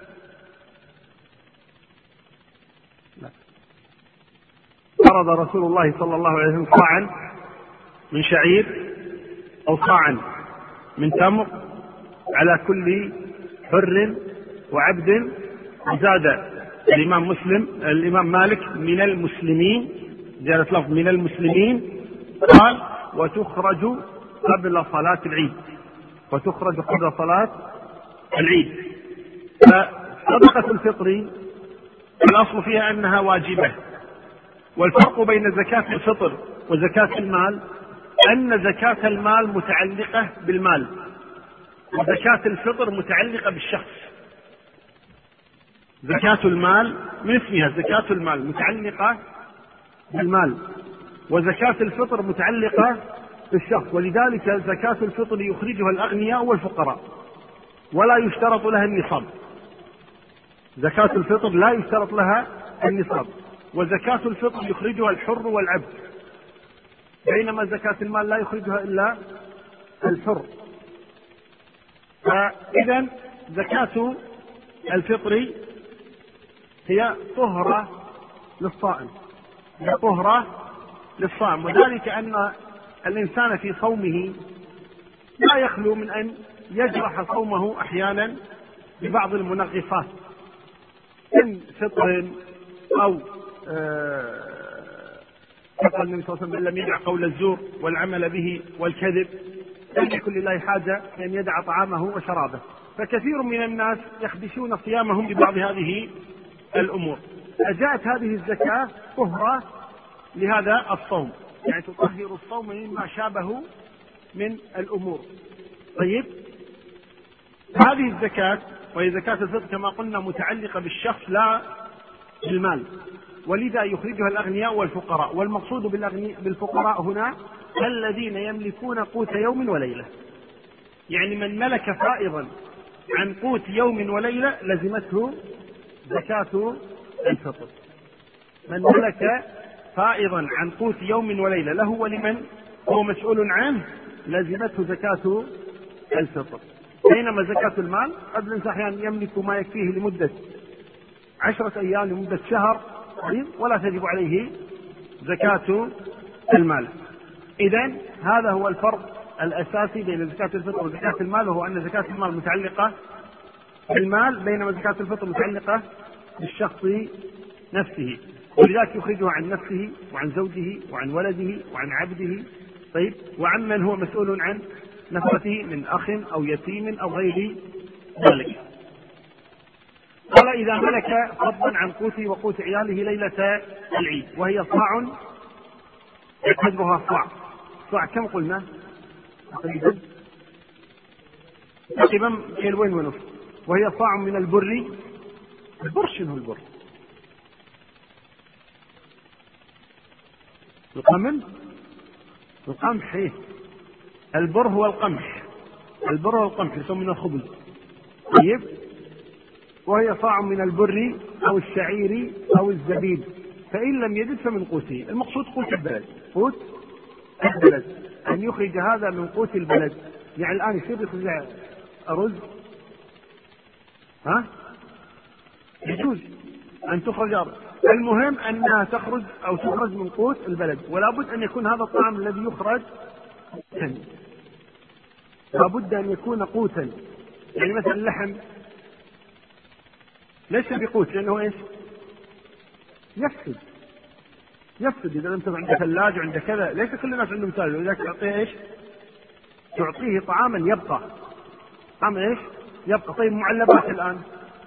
لا. فرض رسول الله صلى الله عليه وسلم صاعا من شعير أو صاعا من تمر على كل حر وعبد. وزاد الإمام مالك من المسلمين، زيادة لفظ من المسلمين، قال وتخرج قبل صلاة العيد. وتخرج قبل صلاة العيد. فصدقة الفطر الأصل فيها أنها واجبة. والفرق بين زكاة الفطر وزكاة المال أن زكاة المال متعلقة بالمال، وزكاة الفطر متعلقة بالشخص. زكاة المال من اسمها زكاة المال متعلقة بالمال، وزكاة الفطر متعلقة الشخص. ولذلك زكاة الفطر يخرجها الأغنياء والفقراء ولا يشترط لها النصاب. زكاة الفطر لا يشترط لها النصاب، وزكاة الفطر يخرجها الحر والعبد، بينما زكاة المال لا يخرجها إلا الحر. فإذا زكاة الفطر هي طهرة للصائم، هي طهرة للصائم، وذلك أن الإنسان في صومه لا يخلو من أن يجرح صومه أحيانا ببعض المنغصات من فطر أو قال النبي صلى الله عليه وسلم: لم يدع قول الزور والعمل به والكذب لم يكن لله حاجة أن يدع طعامه وشرابه. فكثير من الناس يخدشون صيامهم ببعض هذه الأمور. فجاءت هذه الزكاة طهرة لهذا الصوم، يعني تطهر الصوم مما شابه من الأمور. طيب، هذه الزكاة وهي زكاة الفطر كما قلنا متعلقة بالشخص لا بالمال، ولذا يخرجها الأغنياء والفقراء. والمقصود بالفقراء هنا الذين يملكون قوت يوم وليلة، يعني من ملك فائضا عن قوت يوم وليلة لزمته زكاة الفطر. من ملك فائضا عن قوت يوم وليلة له ولمن هو مسؤول عنه لزمته زكاة الفطر. بينما زكاة المال قد الإنسان أحيانا يملك ما يكفيه لمدة 10 أيام، لمدة شهر، ولا تجب عليه زكاة المال. إذن هذا هو الفرق الأساسي بين زكاة الفطر وزكاة المال، وهو أن زكاة المال متعلقة بالمال، بينما زكاة الفطر متعلقة بالشخص نفسه، ولذلك يخرجه عن نفسه وعن زوجه وعن ولده وعن عبده، طيب، وعن من هو مسؤول عن نفسه من أخ أو يتيم أو غير ذلك. قال: إذا ملك فضلا عن قوته وقوت عياله ليلة العيد، وهي صاع قدرها صاع كم قلنا؟ تقريبا كيلوين ونصف، وهي صاع من البر. البر شنو البر؟ القمح. إيه؟ البر هو القمح، البر هو القمح يسمى من الخبز. طيب، وهي صاع من البر أو الشعير أو الزبيب، فإن لم يجد فمن قوته. المقصود قوت البلد، قوت البلد، أن يخرج هذا من قوت البلد. يعني الآن يصير يخرج رز، يجوز أن تخرج أرز، المهم أنها تخرج أو تخرج من قوت البلد. ولا بد أن يكون هذا الطعام الذي يخرج قوتا، لا بد أن يكون قوتا. يعني مثلا اللحم ليس بقوت، لأنه إيش؟ يفسد إذا لم تكن عندك ثلاجة وعندك كذا. ليس كل الناس عندهم ثلاجة، ولذلك تعطيه إيش؟ تعطيه طعاما يبقى، طعام إيش؟ يبقى. طيب، معلبات الآن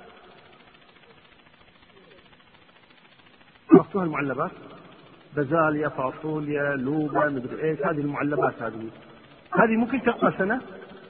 عرفتوها المعلبات؟ بازاليا، فاصوليا، لوبا، مدري إيش، هذه المعلبات هذه ممكن تبقى سنة،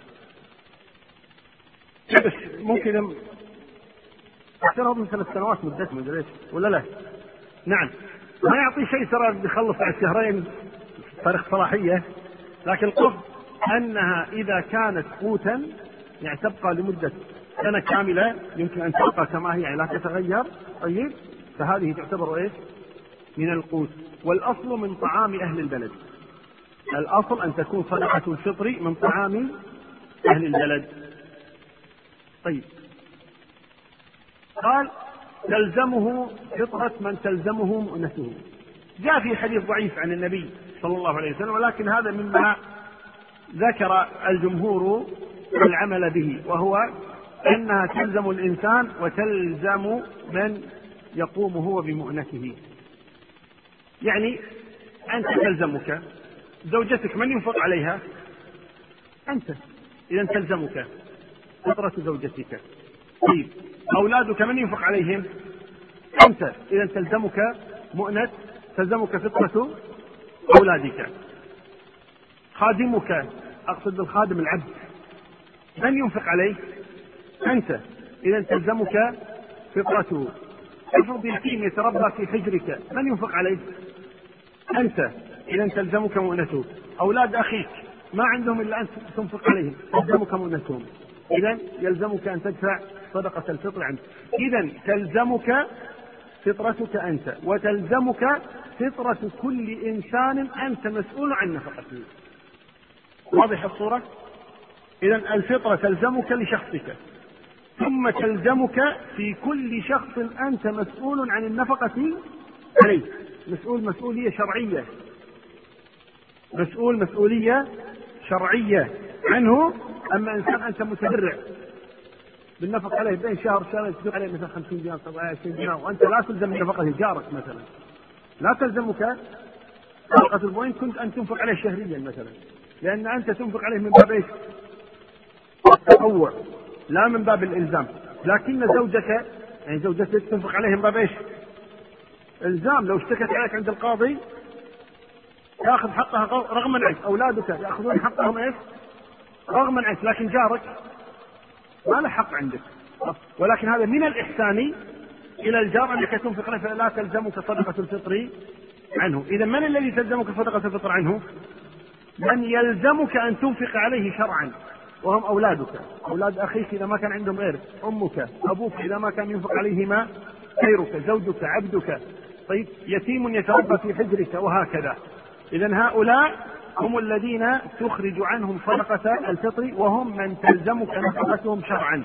بس ممكن أكثر من 3 سنوات مدتها، مدري إيش ولا لا؟ نعم، ما يعطي شيء ترى بيخلص على 2 تاريخ صلاحية، لكن القصد أنها إذا كانت قوتا يعني تبقى لمدة سنة كاملة، يمكن أن تبقى كما هي يعني لا تتغير. طيب، فهذه تعتبر إيش؟ من القوت. والأصل من طعام أهل البلد، الأصل أن تكون صدقة الفطر من طعام أهل البلد. طيب، قال: تلزمه فطرة من تلزمه مؤنته. جاء في حديث ضعيف عن النبي صلى الله عليه وسلم، ولكن هذا مما ذكر الجمهور العمل به، وهو أنها تلزم الإنسان وتلزم من يقوم هو بمؤنته. يعني أنت تلزمك زوجتك، من ينفق عليها؟ أنت، إذا تلزمك فطرة زوجتك. طيب، أولادك من ينفق عليهم؟ أنت، إذا تلزمك مؤنة، تلزمك فطرة أولادك. خادمك، أقصد بالخادم العبد، من ينفق عليه؟ أنت، إذا تلزمك فطرته. افرض يتيم يتربى في حجرك، من ينفق عليه؟ أنت، إذا تلزمك مؤنته. أولاد أخيك ما عندهم إلا أن تنفق عليهم، تلزمك مؤنتهم، إذن يلزمك أن تدفع صدقة الفطر عنه. إذن تلزمك فطرتك أنت، وتلزمك فطرة كل إنسان أنت مسؤول عن نفقته. واضح الصورة؟ إذن الفطرة تلزمك لشخصك، ثم تلزمك في كل شخص أنت مسؤول عن النفقة عليه، مسؤولية شرعية، مسؤولية شرعية عنه. أما إنسان أنت متبرع بالنفقة عليه بين شهر شهرين تصدق عليه مثلا 50 دينار 20 دينار، وأنت لا تلزم بنفقة جارك مثلا، لا تلزمك نفقة البوين كنت أن تنفق عليه شهريا مثلا، لأن أنت تنفق عليه من باب التطوع لا من باب الإلزام. لكن زوجك يعني زوجتك تنفق عليه من باب إلزام. لو اشتكت عليك عند القاضي تأخذ حقها رغما عنك، أولادك يأخذون حقهم رغما عنك، لكن جارك ما له حق عندك. ولكن هذا من الإحسان إلى الجار أنك تنفق عليه، فلا تلزمك صدقة الفطر عنه. إذا من الذي تلزمك صدقة الفطر عنه؟ من يلزمك أن تنفق عليه شرعا، وهم أولادك، أولاد أخيك إذا ما كان عندهم غيرك، أمك، أبوك إذا ما كان ينفق عليهما غيرك، زوجك، عبدك، طيب يتيم يتربى في حجرك، وهكذا. إذن هؤلاء هم الذين تخرج عنهم صدقة الفطر، وهم من تلزمك نفقتهم شرعا.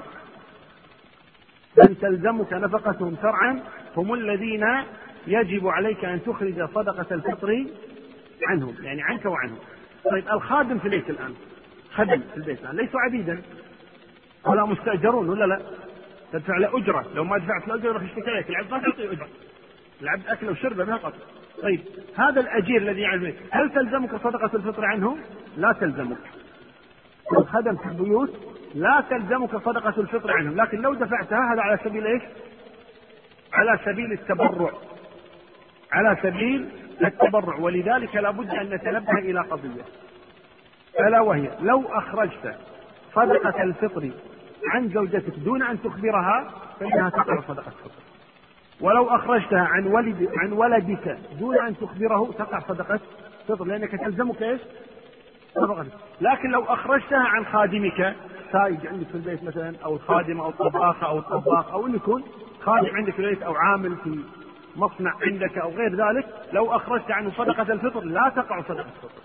من تلزمك نفقتهم شرعا هم الذين يجب عليك أن تخرج صدقة الفطر عنهم، يعني عنك وعنهم. طيب الخادم في البيت الآن، خدم في البيت الآن ليسوا عبيدا ولا مستأجرون ولا لا، تدفع له أجرة، لو ما دفعت له أجرة راح يشتكي عليك، العبد ما تعطيه أجرة، العبد أكله وشربه فقط. طيب هذا الأجير الذي يعمل هل تلزمك صدقة الفطر عنه؟ لا تلزمك. الخدم في البيوت لا تلزمك صدقة الفطر عنهم، لكن لو دفعتها هذا على سبيل ايش؟ على سبيل التبرع، على سبيل التبرع. ولذلك لابد أن نتنبه إلى قضية، ألا وهي لو أخرجت صدقة الفطر عن زوجتك دون أن تخبرها فإنها تقع صدقة الفطر، ولو أخرجتها عن ولدك دون أن تخبره تقع صدقة فطر، لأنك تلزمك ايش؟ صدقة. لكن لو أخرجتها عن خادمك، سايج عندك في البيت مثلا، أو الخادم أو الطباخة أو الطباخ، أو أن يكون خادم عندك في البيت أو عامل في مصنع عندك أو غير ذلك، لو أخرجت عنه صدقة الفطر لا تقع صدقة الفطر،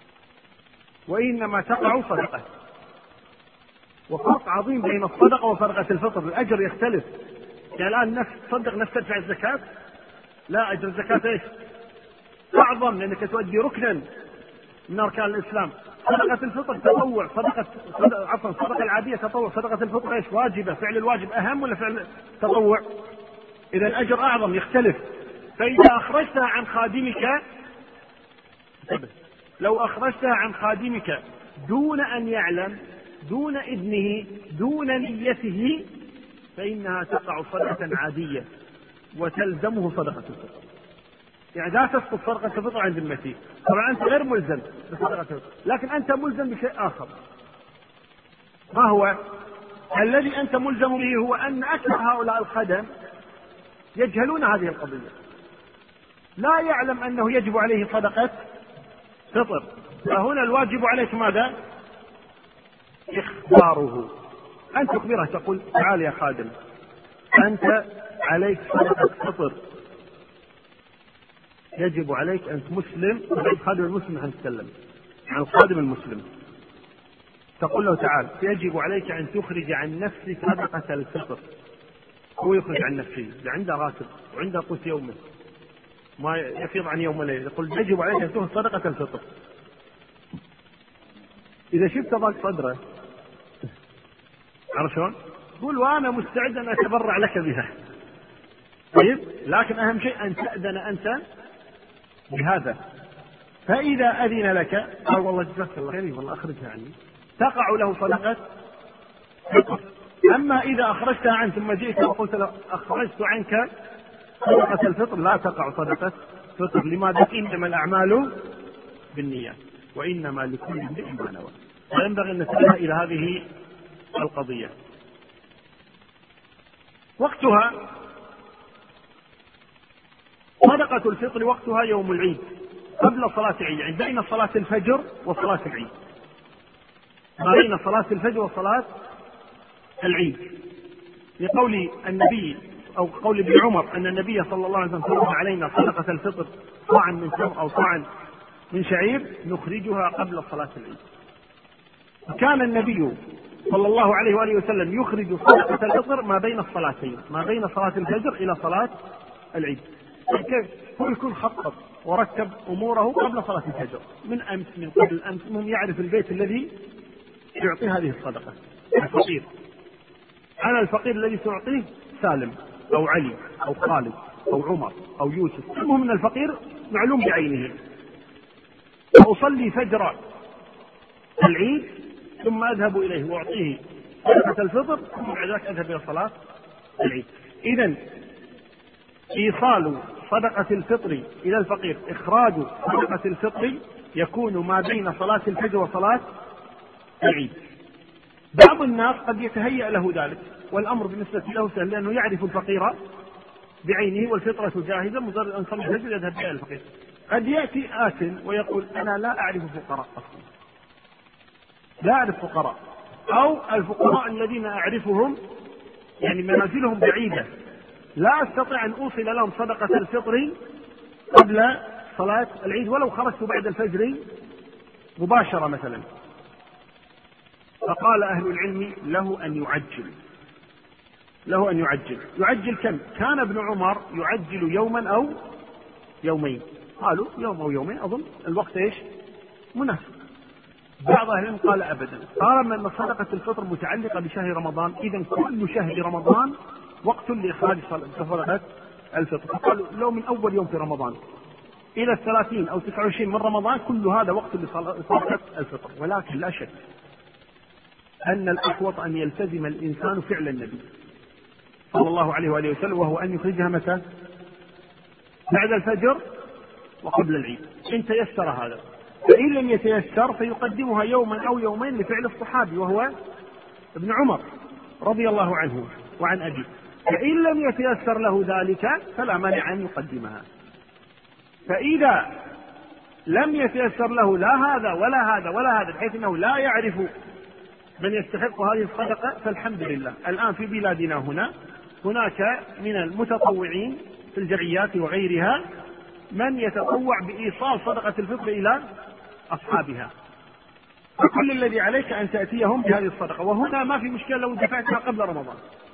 وإنما تقع صدقة. وفرق عظيم بين الصدقة وصدقة الفطر، الأجر يختلف. يعني الآن نفس تصدق نفس تدفع الزكاة، لا، أجر الزكاة ايش؟ أعظم، لأنك تؤدي ركنا من أركان الإسلام. صدقة الفطر تطوع، الصدقة العادية تطوع، صدقة الفطر ايش؟ واجبة، فعل الواجب أهم ولا فعل التطوع؟ إذا الأجر أعظم يختلف. فإذا أخرجتها عن خادمك، لو أخرجتها عن خادمك دون أن يعلم، دون إذنه، دون نيته، فإنها تقع صدقة عادية وتلزمه صدقة الفطر. يعني لا تسقط صدقة الفطر عند المسيح. طبعا أنت غير ملزم بصدقة الفطر، لكن أنت ملزم بشيء آخر. ما هو الذي أنت ملزم به؟ هو أن أكثر هؤلاء الخدم يجهلون هذه القضية، لا يعلم أنه يجب عليه صدقة فطر. فهنا الواجب عليك ماذا؟ إخباره، أن تخبره، تقول تعال يا خادم أنت عليك صدقة فطر، يجب عليك أنت مسلم، الخادم المسلم هنتكلم عن الخادم المسلم، تقول له تعال يجب عليك أن تخرج عن نفسك صدقة الفطر. هو يخرج عن نفسه، عنده راتب وعنده قوت يومه ما يفيض عن يوم وليلة، يقول يجب عليك أن تخرج صدقة الفطر. إذا شفت ضاق صدره، عرفت شلون؟ قول وأنا مستعد أن أتبرع لك بها. طيب، لكن أهم شيء أن تأذن أنت بهذا. فإذا أذن لك قال والله جزاك الله خير والله أخرجها عني، تقع له صدقة فطر. أما إذا أخرجتها عنه ثم جئت وقلت له أخرجت عنك صدقة الفطر، لا تقع صدقة فطر. لماذا؟ إنما الأعمال بالنيات وإنما لكل امرئ ما نوى. فينبغي أن نتنبه إلى هذه القضية. وقتها صدقة الفطر وقتها يوم العيد، قبل صلاة العيد، يعني بين صلاة الفجر وصلاة العيد، ما بين صلاة الفجر وصلاة العيد، لقول النبي أو قول ابن عمر أن النبي صلى الله عليه وسلم فرض علينا صدقة الفطر صاعا من تمر أو صاعا من شعير نخرجها قبل صلاة العيد. وكان النبي صلى الله عليه وآله وسلم يخرج صدقة الفطر ما بين الصلاتين، ما بين صلاة الفجر إلى صلاة العيد. هو يكون خطط ورتب أموره قبل صلاة الفجر، من أمس من قبل أمس، المهم يعرف البيت الذي يعطي هذه الصدقة. الفقير، أنا الفقير الذي تعطيه سالم أو علي أو خالد أو عمر أو يوسف، المهم أن الفقير معلوم بعينه. وأصلي فجر العيد ثم أذهب إليه وأعطيه صدقة الفطر، ثم بعد ذلك أذهب إلى صلاة العيد. إذن إيصال صدقة الفطر إلى الفقير، إخراج صدقة الفطر يكون ما بين صلاة الفجر وصلاة العيد. بعض الناس قد يتهيأ له ذلك، والأمر بالنسبة له سهل، لأنه يعرف الفقير بعينه والفطرة جاهزة، مجرد أن صلى الفجر يذهب إلى الفقير. قد يأتي آت ويقول أنا لا أعرف فقراء أصلا، لا أعرف فقراء، أو الفقراء الذين أعرفهم يعني منازلهم بعيدة، لا أستطيع أن أوصل لهم صدقة الفطر قبل صلاة العيد ولو خرجت بعد الفجر مباشرة مثلا. فقال أهل العلم له أن يعجل، له أن يعجل. يعجل كم؟ كان ابن عمر يعجل يوما أو يومين، قالوا يوم أو يومين، أظن الوقت إيش مناسب. بعض أهل العلم قال أبدا، طالما أن صدقة الفطر متعلقة بشهر رمضان إذن كل شهر رمضان وقت لإخراج صدقة الفطر. قالوا لو من أول يوم في رمضان إلى 30 أو 29 من رمضان كل هذا وقت لصدقة الفطر. ولكن لا شك أن الأحوط أن يلتزم الإنسان فعل النبي صلى الله عليه وآله وسلم، وهو أن يخرجها متى؟ بعد الفجر وقبل العيد إن تيسر هذا. فإن لم يتيسر فيقدمها يوما أو يومين لفعل الصحابي وهو ابن عمر رضي الله عنه وعن أبيه. فإن لم يتيسر له ذلك فلا مانع أن يقدمها. فإذا لم يتيسر له لا هذا ولا هذا ولا هذا، بحيث أنه لا يعرف من يستحق هذه الصدقة، فالحمد لله الآن في بلادنا هناك من المتطوعين في الجمعيات وغيرها من يتطوع بإيصال صدقة الفطر إلى أصحابها. فكل الذي عليك أن تأتيهم بهذه الصدقة. وهنا ما في مشكلة لو دفعتها قبل رمضان،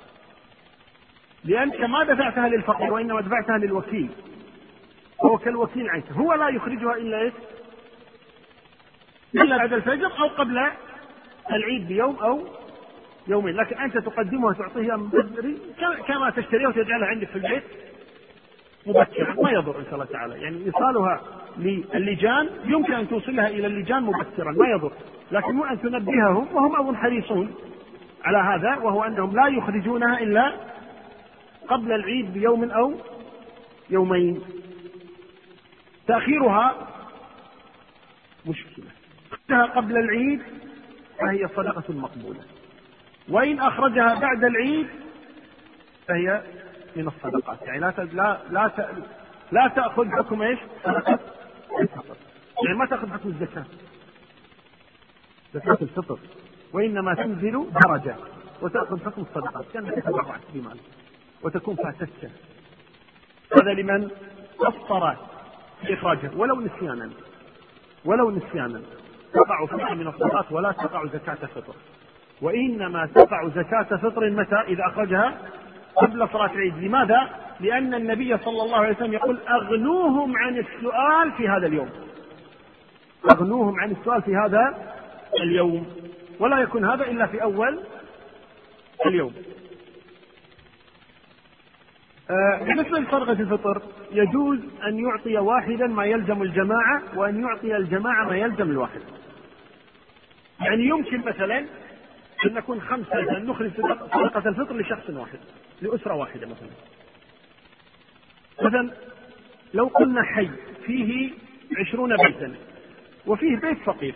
لأنك ما دفعتها للفقير وإنما دفعتها للوكيل، هو كالوكيل عنك، هو لا يخرجها إلا بعد الفجر أو قبل العيد بيوم أو يومين. لكن أنت تقدمها وتعطيها من بدري كما تشتريها وتجعلها عندك في البيت مبكرا، ما يضر إن شاء الله تعالى. يعني إيصالها للجان يمكن أن توصلها إلى اللجان مبكرا ما يضر، لكن مو أن تنبههم، وهم أظن حريصون على هذا، وهو أنهم لا يخرجونها إلا قبل العيد بيوم أو يومين. تأخيرها مشكلة، قبل العيد فهي صدقة مقبولة، وإن أخرجها بعد العيد فهي من الصدقات. يعني لا تأخذ حكم إيش؟ صدقة الفطر، يعني ما تأخذ حكم الزكاة، زكاة الفطر، وإنما تنزل درجة وتأخذ حكم الصدقات كأنك تتبرع بمال وتكون فاتتك. هذا لمن أفطر في إخراجها ولو نسيانا تقع فيها من الصدقات ولا تقع زكاة فطر، وإنما تقع زكاة فطر متى؟ إذا أخرجها قبل صلاة العيد. لماذا؟ لأن النبي صلى الله عليه وسلم يقول أغنوهم عن السؤال في هذا اليوم، أغنوهم عن السؤال في هذا اليوم، ولا يكون هذا إلا في أول اليوم. بالنسبة لصدقة الفطر يجوز أن يعطي واحدا ما يلزم الجماعة، وأن يعطي الجماعة ما يلزم الواحد. يعني يمكن مثلا أن نكون 5 أن نخرج صدقة الفطر لشخص واحد، لأسرة واحدة مثلا لو قلنا حي فيه 20 بيتا وفيه بيت فقير،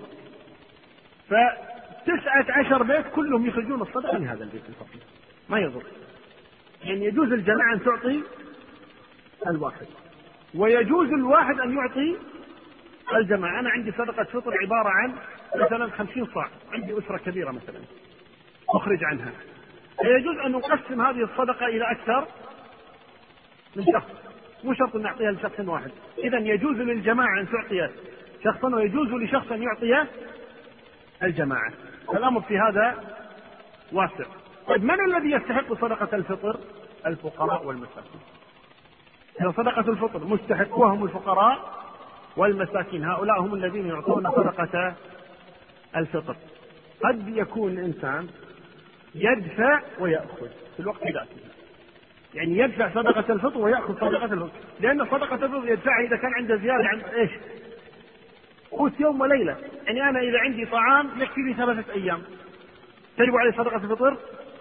ف19 بيت كلهم يخرجون الصدقة لهذا البيت الفقير، ما يضر. يعني يجوز الجماعة أن تعطي الواحد، ويجوز الواحد أن يعطي الجماعة. أنا عندي صدقة فطر عبارة عن مثلا 50 صاع، عندي أسرة كبيرة مثلا أخرج عنها، فيجوز أن نقسم هذه الصدقة إلى أكثر من شخص، مو شرط أن نعطيها لشخص واحد. إذا يجوز للجماعة أن تعطي شخصا، ويجوز لشخص أن يعطي الجماعة. الأمر في هذا واسع. طيب من الذي يستحق صدقة الفطر؟ الفقراء والمساكين. صدقة الفطر مستحقوهم الفقراء والمساكين، هؤلاء هم الذين يعطون صدقة الفطر. قد يكون الإنسان يدفع ويأخذ في الوقت ذاته، يعني يدفع صدقة الفطر ويأخذ صدقة الفطر، لأن صدقة الفطر يدفعها إذا كان عنده زيادة عن إيش؟ قوت يوم وليلة. يعني أنا إذا عندي طعام يكفي لي 3 أيام تجب عليه صدقة الفطر؟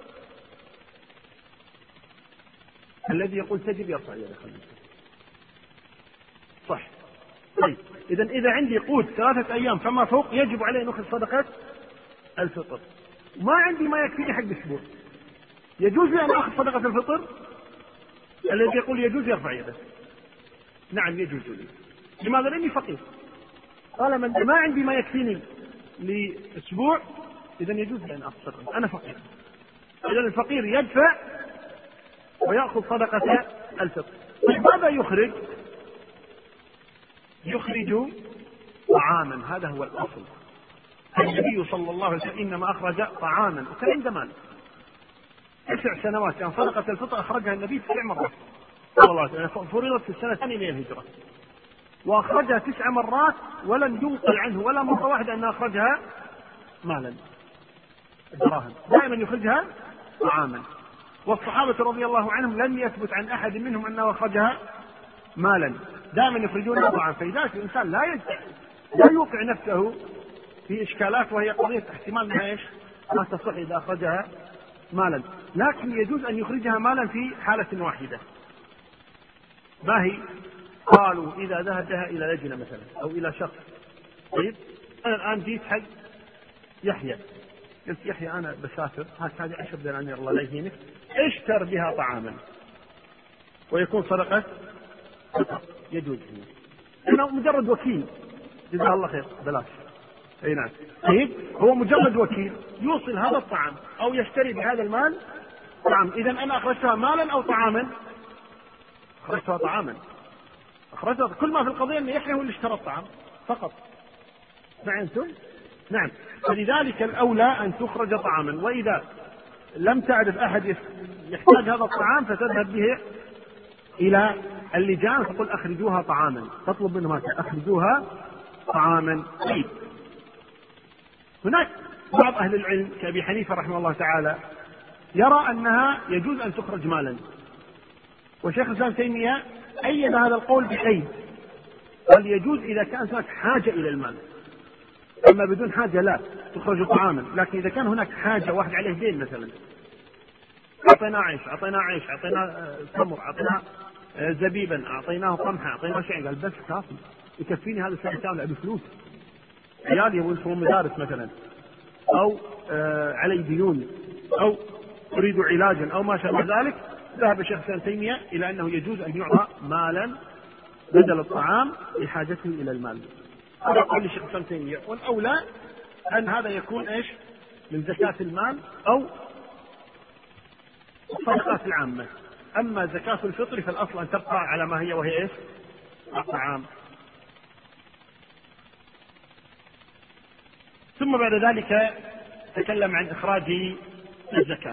الذي يقول تجب يرفع يده. صح. طيب إذا عندي قوت 3 أيام فما فوق يجب عليه أن أخذ صدقة الفطر. ما عندي ما يكفيني حق أسبوع، يجوز لي أن أخذ صدقة الفطر؟ الذي يقول يجوز يرفع يده. نعم يجوز لي. لماذا؟ لأني فقير. طالما ما عندي ما يكفيني لأسبوع إذا يجوز لي أن أخذ صدقة. أنا فقير. إذا الفقير يدفع ويأخذ صدقة الفطر. طيب ماذا يخرج؟ يخرج طعاما، هذا هو الأصل. النبي صلى الله عليه وسلم إنما أخرج طعاما، وكان عنده مال 9 سنوات، يعني صدقة الفطر أخرجها النبي 9 مرات صلى الله عليه وسلم، فرضت في السنة الثانية من الهجرة، وأخرجها 9 مرات ولم ينقل عنه ولا مرة واحدة أن أخرجها مالا دراهم، دائما يخرجها طعاما. والصحابة رضي الله عنهم لم يثبت عن أحد منهم أنه أخرجها مالا، دائما يخرجون طعاما. فلذلك الإنسان لا يوقع نفسه في إشكالات، وهي قضية احتمال ما إيش ما تصح إذا أخرجها مالا، لكن يجوز أن يخرجها مالا في حالة واحدة. ما هي؟ قالوا إذا ذهب بها إلى لجنة مثلا أو إلى شخص. طيب أنا الآن جيت حق يحيى، قلت يحيى أنا بسافر، هذه 10 دنانير الله لا يهينك، اشتر بها طعاما، ويكون صدقة يجوز. أنا مجرد وكيل، جزاه الله خير، بلاش. أي نعم. طيب هو مجرد وكيل يوصل هذا الطعام أو يشتري بهذا المال طعام. إذا أنا أخرجتها مالا أو طعاما؟ أخرجتها طعاما. أخرجتها، كل ما في القضية أن يحيى هو اللي اشترى الطعام فقط. فهمتم؟ نعم. فلذلك الأولى أن تخرج طعاما، وإذا لم تعرف أحد يحتاج هذا الطعام فتذهب به إلى اللجان تقول أخرجوها طعاما، تطلب منهم أخرجوها طعاما. طيب هناك بعض أهل العلم كأبي حنيفة رحمه الله تعالى يرى أنها يجوز أن تخرج مالا، وشيخ الإسلام تيمية أيد هذا القول بقيد، قال يجوز إذا كان هناك حاجة إلى المال، أما بدون حاجة لا تخرج طعاما. لكن إذا كان هناك حاجة، واحد عليه دين مثلا، أعطيناه عيش، أعطيناه تمر، أعطيناه زبيبا، أعطيناه قمحة، أعطيناه شيء، قال بس كافي يكفيني هذا السنة كاملة بفلوس، عيالي يبغون يدخلون مدارس مثلا، أو علي ديون، أو أريد علاجا، أو ما شابه ذلك. ذهب الشيخ ابن تيمية إلى أنه يجوز أن يعطى مالا بدل الطعام لحاجته إلى المال. هذا قول الشيخ ابن تيمية. والأولى أن هذا يكون إيش من زكاة المال أو الصدقات العامة. أما زكاة الفطر فالأصل أن تبقى على ما هي، وهي إيش؟ الطعام. ثم بعد ذلك تكلم عن إخراج الزكاة.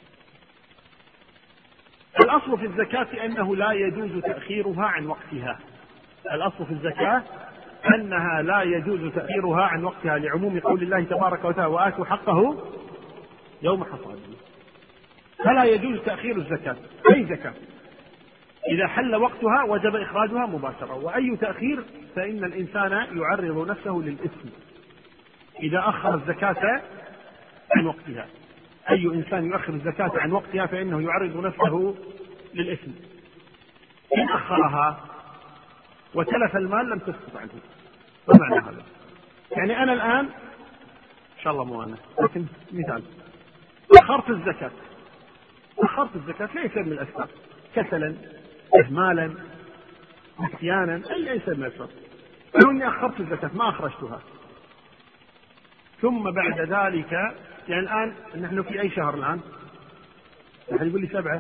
الأصل في الزكاة أنه لا يجوز تأخيرها عن وقتها. الأصل في الزكاة أنها لا يجوز تأخيرها عن وقتها، لعموم قول الله تبارك وتعالى وآتوا حقه يوم حصاده. فلا يجوز تأخير الزكاة، أي زكاة إذا حل وقتها وجب إخراجها مباشرة، وأي تأخير فإن الإنسان يعرض نفسه للإثم إذا أخر الزكاة عن وقتها. أي إنسان يؤخر الزكاة عن وقتها فإنه يعرض نفسه للإثم. إن أخرها وتلف المال لم تسقط عنه. ما معنى هذا؟ يعني أنا الآن إن شاء الله مو أنا، لكن مثال أخرت الزكاة ليس من الأسباب، كسلا، إهمالا، نسيانا، أي سبب من الأسباب. لو اني اخرت الزكاة ما اخرجتها، ثم بعد ذلك يعني الان نحن في اي شهر الان؟ احد يقول لي 7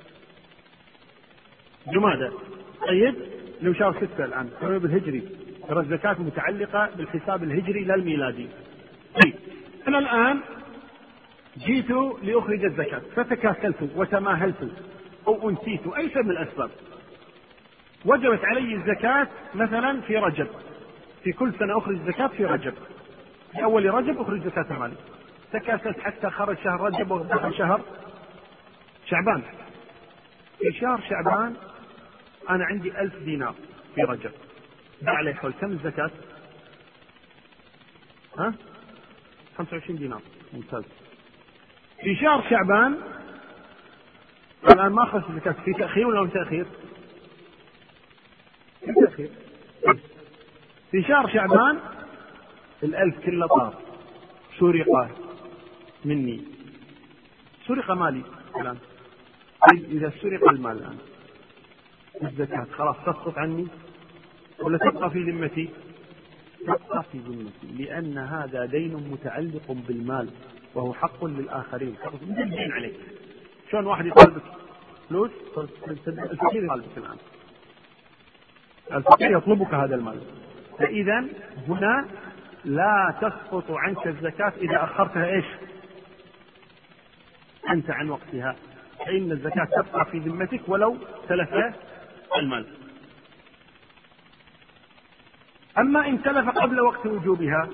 جمادى. طيب لو شهر 6 الان بالهجري، ترى الزكاة متعلقة بالحساب الهجري لا الميلادي. طيب انا الان جيت لاخرج الزكاة فتكاسلت وتماهلت او انسيت اي سبب من الاسباب، وجبت علي الزكاة مثلا في رجب، في كل سنة اخرج الزكاة في رجب، في اول رجب اخرج زكاة مالي، تكاسلت حتى خرج شهر رجب ودخل شهر شعبان. في شهر شعبان انا عندي 1000 دينار في رجب، ده عليه حول كم الزكاة؟ 25 دينار. ممتاز. في شهر شعبان الآن ما أخذت الزكاة، في تأخير ولا تأخير؟ في تأخير. في شهر شعبان 1000 كله طار، سرق مني، سرق مالي الآن. إذا سرق المال الآن الزكاة خلاص تسقط عني ولا تبقى في ذمتي؟ تبقى في ذمتي، لأن هذا دين متعلق بالمال وهو حق للآخرين، دين عليك. شلون واحد يطالبك فلوس؟ الفقير يطالبك الآن، الفقير يطلبك هذا المال. فإذا هنا لا تسقط عنك الزكاة إذا أخرتها إيش؟ أنت عن وقتها، فإن الزكاة تبقى في ذمتك ولو تلف المال. أما إن تلف قبل وقت وجوبها،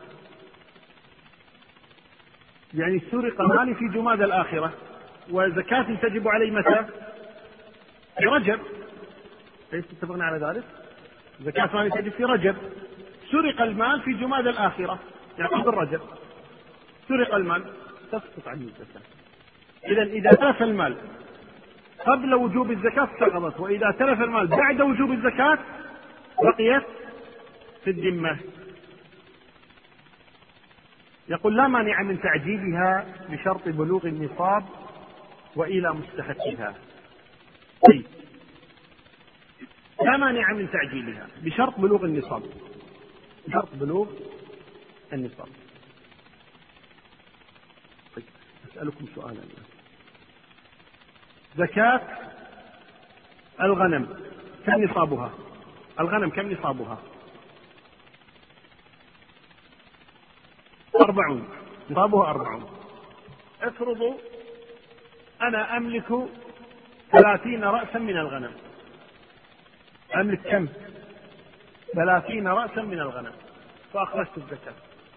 يعني سرق مالي في جمادى الآخرة وزكاة تجب علي متى؟ في رجب، ليس اتفقنا على ذلك؟ زكاة مالي تجب في رجب، سرق المال في جمادى الآخرة يعني قبل رجب، سرق المال تسقط عني الزكاة. إذا تلف المال قبل وجوب الزكاة سقطت، وإذا تلف المال بعد وجوب الزكاة بقيت في الذمة. يقول لا مانع من تعجيلها بشرط بلوغ النصاب وإلى مستحقها. طيب لا مانع من تعجيلها بشرط بلوغ النصاب، بشرط بلوغ النصاب. طيب أسألكم سؤالا، زكاة الغنم كم نصابها؟ الغنم كم نصابها؟ 40، نصابها 40. افرضوا أنا أملك 30 رأسا من الغنم، أملك كم؟ 30 رأسا من الغنم، فأخرجت الزكاة.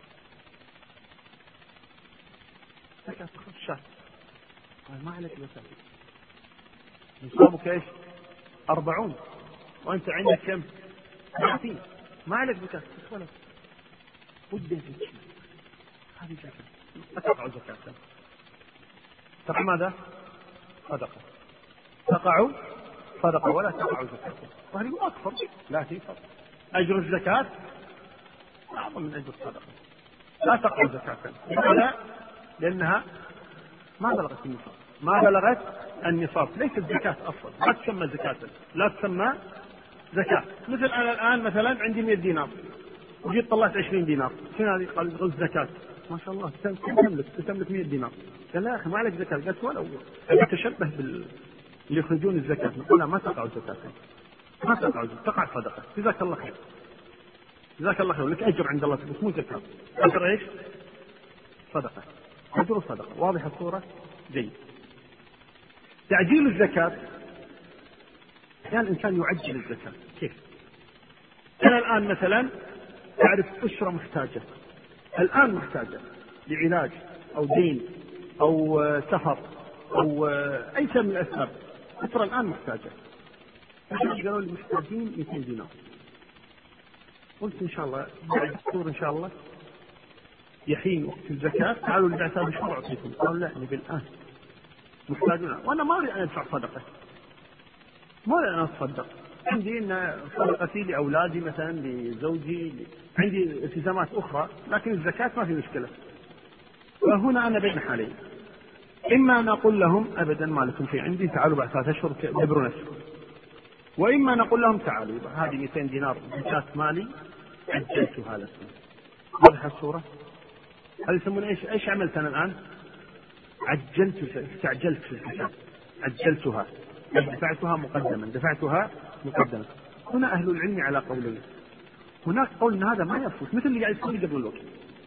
زكاة تخرج شهر، ما عليك زكاة، نصابك ايش؟ 40 وأنت عندك كم؟ 30، ما عليك زكاة، ولا وديت هذه زكاة، لا تقع زكاة. تقع ماذا؟ صدقة. تقع صدقة ولا تقع زكاة. وهذه أكثر، لا في فرق. أجر الزكاة أعظم من أجر الصدقة. لا تقع زكاة. لماذا؟ لأنها ما بلغت النصاب، ما بلغت النصاب، ليست زكاة أصلا، لا تسمى زكاة، لا تسمى زكاة. مثل أنا الآن مثلا عندي 100 دينار وجيت طلعت 20 دينار، شنو هذه؟ قال زكاة. ما شاء الله تملك 100 دينار. قال لا يا أخي ما عليك زكاة. قالت ولو تشبه اللي يخرجون الزكاة. نقول لا ما تقع الزكاة، ما تقع الزكاة، تقع صدقة. جزاك الله خير، جزاك الله خير، لك أجر عند الله بس مو زكاة. أجر إيش؟ صدقة. أجر صدقة. واضحة الصورة؟ جيد. تعجيل الزكاة، يعني الإنسان يعجل الزكاة. كيف؟ أنا الآن مثلا أعرف أسرة محتاجة، الآن محتاجة لعلاج أو دين أو سفر أو أي سبب من الأسباب، أسرة الآن محتاجة. قالوا لي محتاجين 200 دينار. قلت إن شاء الله بعد الدكتور إن شاء الله يحين وقت الزكاة تعالوا لبعثها بشهر أعطيكم. قالوا لا نبي الآن محتاجون، وأنا ما أريد أن أدفع صدقة، ما أريد أن أتصدق. عندي إن صدقتي لأولادي مثلا، لزوجي، عندي التزامات أخرى، لكن الزكاة ما في مشكلة. فهنا أنا بين حالين، إما أن أقول لهم أبدا ما لكم في عندي، تعالوا بعد 3 أشهر دبروا نفسكم، وإما نقول لهم تعالوا هذه 200 دينار زكاة مالي عجلتها لكم. واضحة الصورة؟ هذا يسمونه ايش عملت انا الان؟ استعجلت في الزكاة، عجلتها، دفعتها مقدما. هنا اهل العلم على قولين. هناك قول ان هذا ما يصلح، مثل اللي قاعد يصلي قبل الوقت.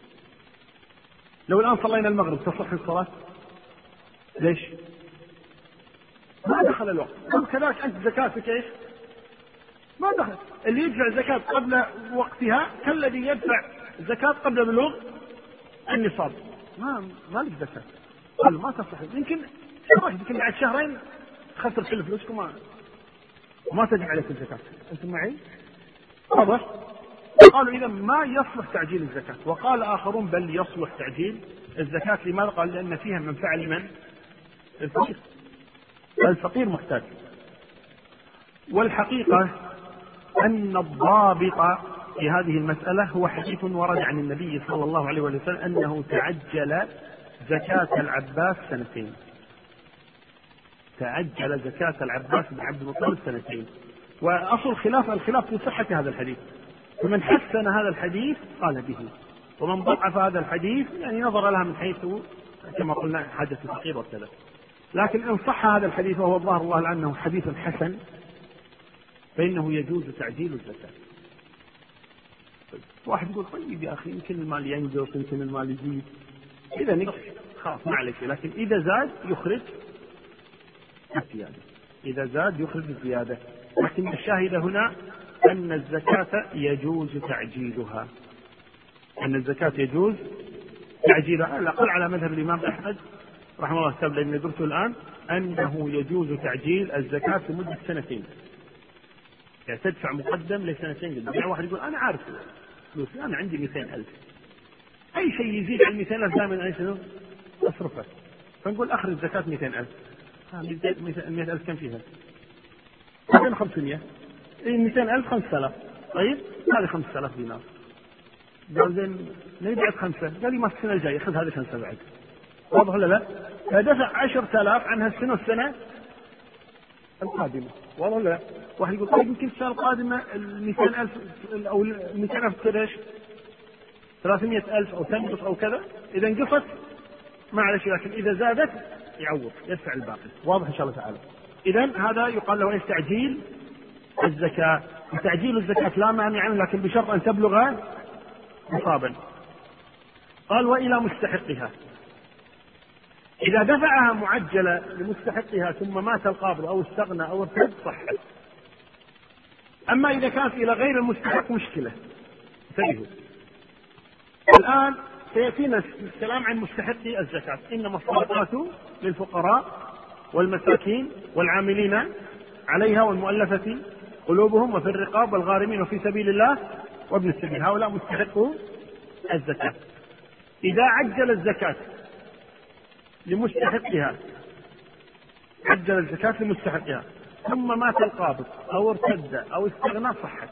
لو الان صلينا المغرب تصح الصلاة؟ ليش؟ ما دخل الوقت. كذلك انت زكاتك ايش؟ ما دخل. اللي يدفع زكاة قبل وقتها كالذي يدفع زكاة قبل بلوغ النصاب. ما لك زكاة. قال ما تصح. يمكن بعد شهرين خسر كل فلوسك وما تجب عليك الزكاة. انتم معي؟ واضح؟ قالوا إذا ما يصلح تعجيل الزكاة. وقال آخرون بل يصلح تعجيل الزكاة. لماذا؟ قال لأن فيها منفعة لمن؟ الفقير محتاج. والحقيقة أن الضابط في هذه المسألة هو حديث ورد عن النبي صلى الله عليه وسلم أنه تعجل زكاة العباس سنتين. تعجل زكاة العباس بن عبد المطلب سنتين. وأصل الخلاف في صحة هذا الحديث. فمن حسن هذا الحديث قال به، ومن ضعف هذا الحديث يعني نظر لها من حيث كما قلنا حاجة الفقير وكذا. لكن إن صح هذا الحديث وهو الظاهر الله الآن أنه حديث حسن فإنه يجوز تعجيل الزكاة. واحد يقول طيب يا أخي يمكن المال ينقص يمكن المال يزيد. إذا نقص خلاص ما عليك، لكن إذا زاد يخرج الزيادة. إذا زاد يخرج الزيادة. لكن الشاهد هنا أن الزكاة يجوز تعجيلها. أن الزكاة يجوز تعجيلها على الأقل على مذهب الإمام أحمد رحمه الله تعالى الذي ندرسه الآن، أنه يجوز تعجيل الزكاة لمدة سنتين. يعني تدفع مقدم لسنتين قدام. يعني واحد يقول أنا عارف فلوسي أنا عندي 200,000، أي شيء يزيد عن 200,000 دائما أي شيء أصرفه. فنقول أخرج زكاة 200,000. 100,000 كم فيها؟ 2500. 200,000 5000. طيب هذه 5000 دينار. قال زين نبيع 5. قال لي ما السنة الجاية خذ هذه 5 بعد. واضح ولا لا؟ فدفع 10,000 عن هالسنة والسنة القادمة. واضح ولا لا؟ واحد يقول طيب يمكن السنة القادمة 200,000 أو 200,000 تصير ايش؟ 300,000 أو تنقص أو كذا. إذا انقصت ما عليه شيء، لكن إذا زادت يعوض يدفع الباقي. واضح إن شاء الله تعالى. إذا هذا يقال له ايش؟ تعجيل الزكاة. وتعجيل الزكاة لا مانع عنه لكن بشرط أن تبلغ نصابا. قال وإلى مستحقها. إذا دفعها معجلة لمستحقها ثم مات القابض أو استغنى أو ارتد صحت. أما إذا كانت إلى غير المستحق مشكلة. انتبهوا. الآن سيأتينا الكلام عن مستحقي الزكاة. إنما الصدقات للفقراء والمساكين والعاملين عليها والمؤلفة قلوبهم وفي الرقاب والغارمين وفي سبيل الله وابن السبيل. هؤلاء مستحقوا الزكاة. إذا عجل الزكاة لمستحقها، عجل الزكاة لمستحقها ثم مات القابض أو ارتد أو استغنى صحت.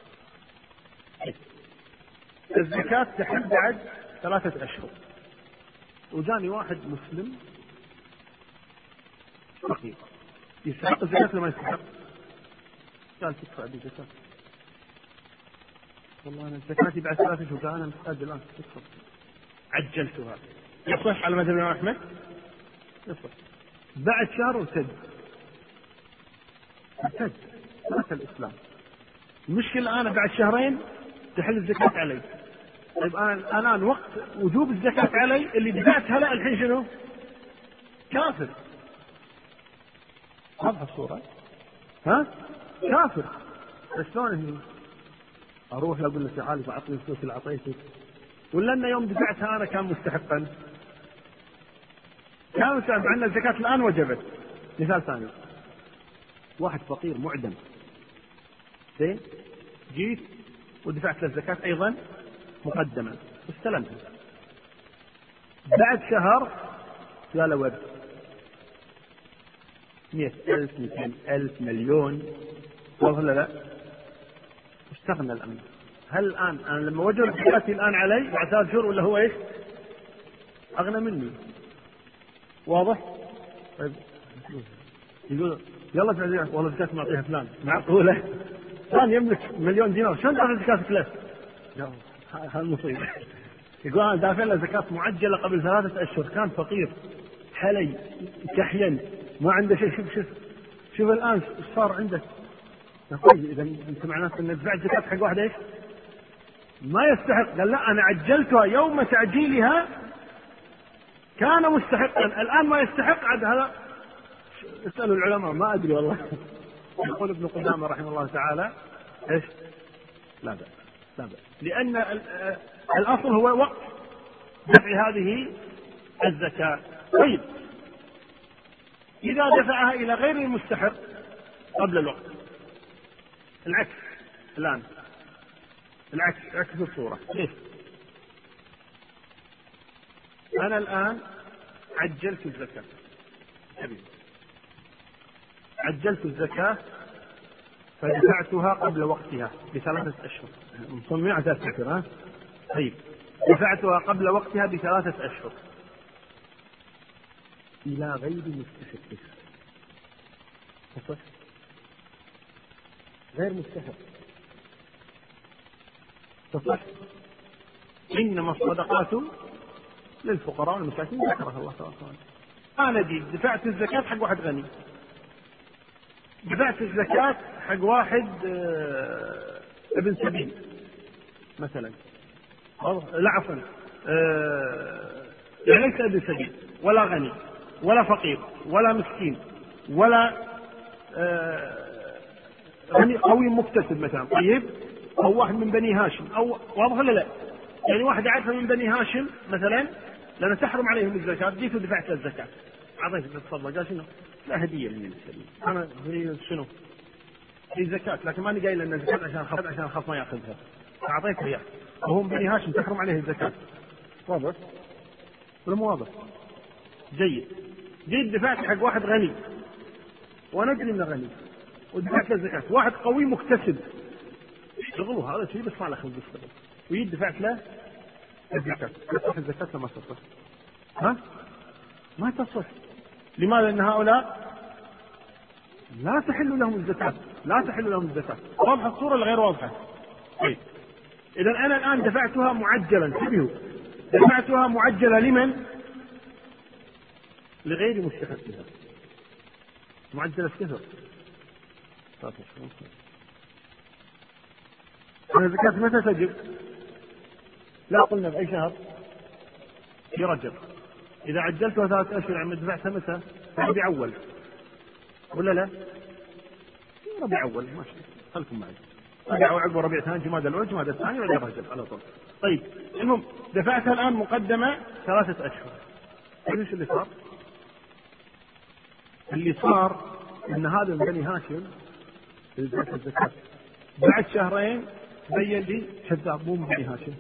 الزكاة تحل بعد 3 أشهر. وجاني واحد مسلم فقير يستحق الزكاة ولا ما يستحق؟ قال تدفع بالزكاة. والله أنا زكاتي بعد 3 أشهر. قال أنا محتاج الآن تدفع. عجلتها. يصح على مذهب الإمام أحمد؟ يصح. بعد شهر ارتد مات الإسلام. المشكلة أنا بعد شهرين تحل الزكاة علي. طيب الآن وقت وجوب الزكاة علي اللي دفعت هلا الحين شنو؟ كافر. واضحة الصورة؟ ها؟ كافر. شلون أروح أقول له تعال فأعطني الفلوس اللي أعطيتك، ولا أن يوم دفعتها أنا كان مستحقا؟ كان مستحق مع أن الزكاة الآن وجبت. مثال ثاني، واحد فقير معدم زين، جيت ودفعت له الزكاة أيضا مقدما واستلمها. بعد شهر قال ورد 100,000 200,000 مليون. ولا لا؟ استغنى الأمر. هل الآن أنا لما وجبت زكاتي الآن علي بعد 3 شهور ولا هو إيش؟ أغنى مني. واضح؟ طيب يقول يلا ادفع والله زكاة معطيها فلان. معقولة؟ فلان يملك 1,000,000 دينار، شلون دفع زكاتك له؟ هذا المصيبة. يقول أنا دافع له زكاة معجلة قبل 3 أشهر، كان فقير حلي كحيا ما عنده شيء. شوف الآن ايش صار عندك. طيب إذا أنت معناته أن دفعت زكاة حق واحد إيش ما يستحق. قال لا، أنا عجلتها يوم تعجيلها كان مستحقا، الآن ما يستحق. عاد هذا اسألوا العلماء، ما أدري والله. يقول ابن قدامة رحمه الله تعالى إيش؟ لا بأس، لأن الأصل هو وقت دفع هذه الزكاة. طيب إذا دفعها إلى غير المستحق قبل الوقت، العكس الآن، عكس الصورة. كيف؟ أنا الآن عجلت الزكاة، عجلت الزكاة فدفعتها قبل وقتها ب3 أشهر. مصمم 3 أشهر، ها؟ طيب دفعتها قبل وقتها ب3 أشهر إلى غير مستحقها. غير مستحق تصح. إنما الصدقات للفقراء والمساكين، ذكرها الله تعالى. أنا جيت دفعت الزكاة حق واحد غني، دفعت الزكاة حق واحد ابن سبيل مثلا، لا عفوا، ليس ابن سبيل ولا غني ولا فقير ولا مسكين ولا غني قوي مكتسب مثلا. طيب أو واحد من بني هاشم، أو واضح ولا لا؟ يعني واحد عارفه من بني هاشم مثلا، لأن تحرم عليهم الزكاة، جيت ودفعت الزكاة، أعطيته تفضل. قال شنو؟ لا هدية من المسلمين، أنا أريد شنو؟ هي زكاة، لكن ماني قايل أن الزكاة عشان خاف ما يأخذها، أعطيته إياه. وهم بني هاشم تحرم عليه الزكاة. واضح ولا مو واضح؟ جيد. جيت دفعت حق واحد غني وأنا أدري إنه غني ودفعت له الزكاة. واحد قوي مكتسب يشتغلوا هذا شيء بس ما له خلق يشتغل، ويد دفعت له الزكاة. تصح الزكاة لما تصح؟ ها؟ ما تصح. لماذا؟ لأن هؤلاء لا تحل لهم الزكاة، لا تحل لهم الزكاة. واضحة الصورة ولا غير واضحة؟ طيب إذا أنا الآن دفعتها معجلا، انتبهوا، دفعتها معجلة لمن؟ لغير مستحقها. معجلة في كثر. الزكاة متى تجب؟ لا قلنا بأي شهر؟ في رجب. إذا عجلتها 3 أشهر عم دفعتها متى؟ في ربيع أول ولا لا؟ في ربيع أول، ماشي، خلكم معي. ربيع أول، عقب ربيع ثاني، جماد الأول، جماد الثاني، ولا رجب على طول. طيب المهم دفعتها الآن مقدمة 3 أشهر. ايش اللي صار؟ اللي صار ان هذا من بني هاشم الزكاة بعد شهرين بين لي كذاب، مو من بني هاشم.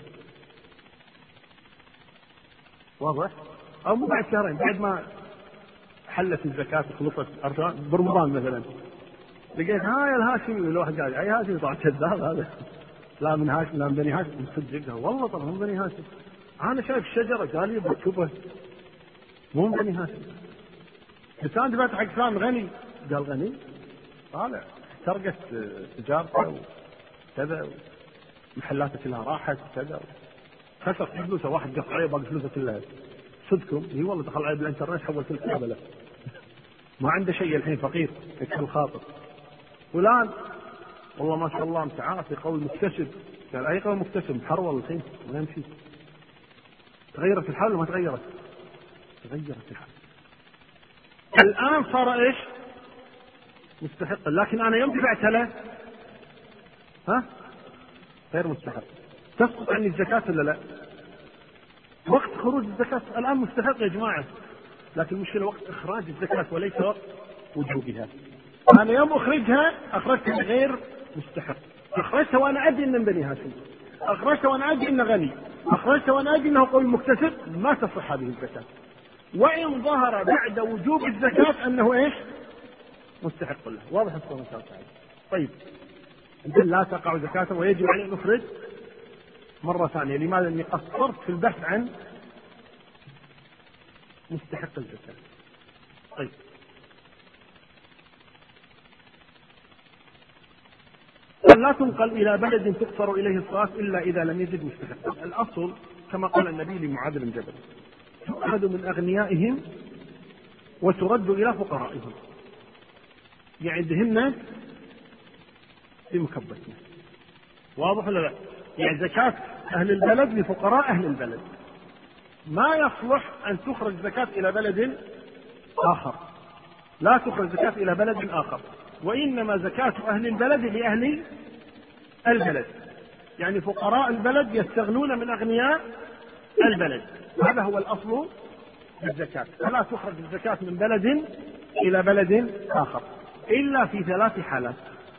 واضح؟ او مو بعد شهرين، بعد ما حلت الزكاة خلصت برمضان مثلا، لقيت هاي الهاشمي، ولا واحد قال اي هاشمي، طلع كذاب هذا، لا من هاشم، لا من بني هاشم. مصدق والله طبعا من بني هاشم، انا شايف الشجره، قال لي بشوفه مو من بني هاشم. كان دفعت حق فلان غني، قال غني، طالع سرقت تجارته وكذا، محلاته كلها راحت كذا، خسر فلوسه، واحد قطع عليه باقي فلوسه كلها. صدقكم؟ اي والله دخل عليه بالانترنت، حولت الكتابه له، ما عنده شيء الحين، فقير يكسر الخاطر. فلان والله ما شاء الله متعاطي، قوي مكتسب. قال اي قوي مكتسب؟ محر والله الحين ما يمشي. تغيرت الحال ولا ما تغيرت؟ تغيرت الحال. الآن صار إيش؟ مستحقا، لكن أنا يوم دفعتها له غير مستحق. تسقط عني الزكاة ولا لا؟ وقت خروج الزكاة الآن مستحق يا جماعة، لكن المشكلة وقت إخراج الزكاة وليس وقت وجوبها. أنا يوم أخرجها أخرجتها غير مستحق، أخرجتها وأنا أدري إنه من بني هاشم، أخرجتها وأنا أدري إنه غني، أخرجتها وأنا أدري إنه قوي مكتسب، ما تصح هذه الزكاة. وإن ظهر بعد وجوب الزكاة أنه إيش؟ مستحق له. واضح الصورة إن شاء الله. طيب إذن لا تقع زكاة ويجب عليه أن نخرج مرة ثانية. لماذا؟ لأني قصرت في البحث عن مستحق الزكاة. طيب قال لا تنقل إلى بلد تقصر إليه الصلاة إلا إذا لم يجد مستحقا. الأصل كما قال النبي لمعاذ بن جبل تؤخذ من أغنيائهم وترد إلى فقرائهم، يعني دهن في مكبتنا. واضح ولا لا؟ يعني زكاة أهل البلد لفقراء أهل البلد، ما يصلح أن تخرج زكاة إلى بلد آخر، لا تخرج زكاة إلى بلد آخر، وإنما زكاة أهل البلد لأهل البلد، يعني فقراء البلد يستغنون من أغنياء البلد، هذا هو الأصل في الزكاة. فلا تخرج الزكاة من بلد إلى بلد آخر إلا في ثلاث حالات،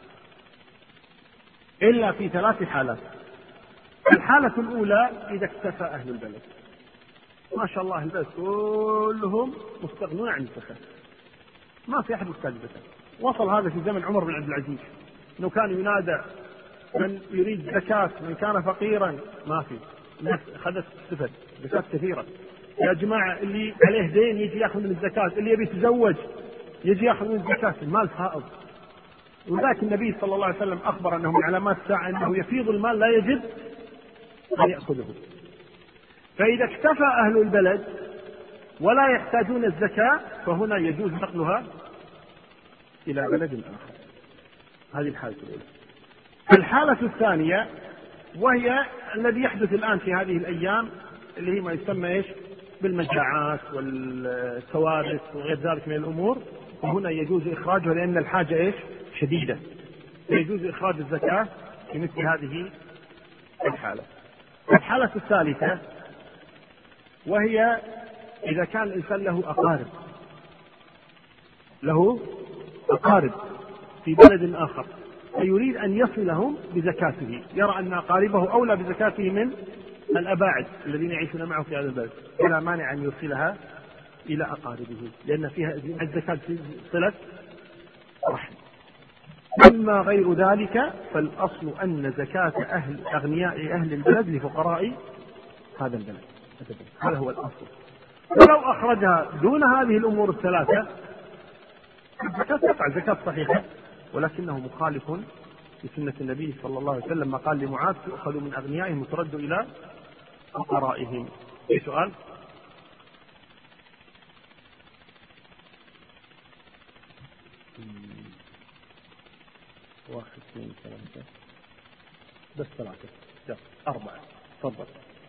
إلا في ثلاث حالات. الحالة الأولى إذا اكتفى أهل البلد، ما شاء الله البلد كلهم مستغنون عن الزكاة، ما في أحد يحتاج زكاة. وصل هذا في زمن عمر بن عبد العزيز، أنه كان ينادى من يريد زكاة، من كان فقيرا ما في، الناس أخذت استفد زكاة كثيرة. يا جماعة اللي عليه دين يجي يأخذ من الزكاة، اللي يبي يتزوج يجي يأخذ من الزكاة، المال فائض. ولذلك النبي صلى الله عليه وسلم أخبر أنه من علامات الساعة أنه يفيض المال لا يجد أن يأخذه. فإذا اكتفى أهل البلد ولا يحتاجون الزكاة فهنا يجوز نقلها إلى بلد آخر. هذه الحالة الأولى. الحالة الثانية وهي الذي يحدث الآن في هذه الأيام، اللي هي ما يسمى إيش بالمجاعات والكوارث وغير ذلك من الأمور، وهنا يجوز إخراجها لأن الحاجة إيش شديدة، يجوز إخراج الزكاة في مثل هذه الحالة. الحالة الثالثة وهي إذا كان الإنسان له أقارب في بلد آخر فيريد أن يصلهم بزكاته، يرى أن أقاربه أولى بزكاته من الأباعد الذين يعيشون معه في هذا البلد، فلا مانع أن يوصلها إلى أقاربه لأن فيها الزكاة صلة رحم. أما غير ذلك فالأصل أن زكاة أغنياء أهل البلد لفقراء هذا البلد، هذا هو الأصل. ولو أخرجها دون هذه الأمور الثلاثة الزكاة تقع زكاة صحيحة، ولكنه مخالف لسنة النبي صلى الله عليه وسلم ما قال لمعاذ تؤخذ من أغنيائهم وترد إلى فقرائهم. في سؤال؟ واحد اثنين ثلاثة، بس ثلاثة، أربعة، تفضل.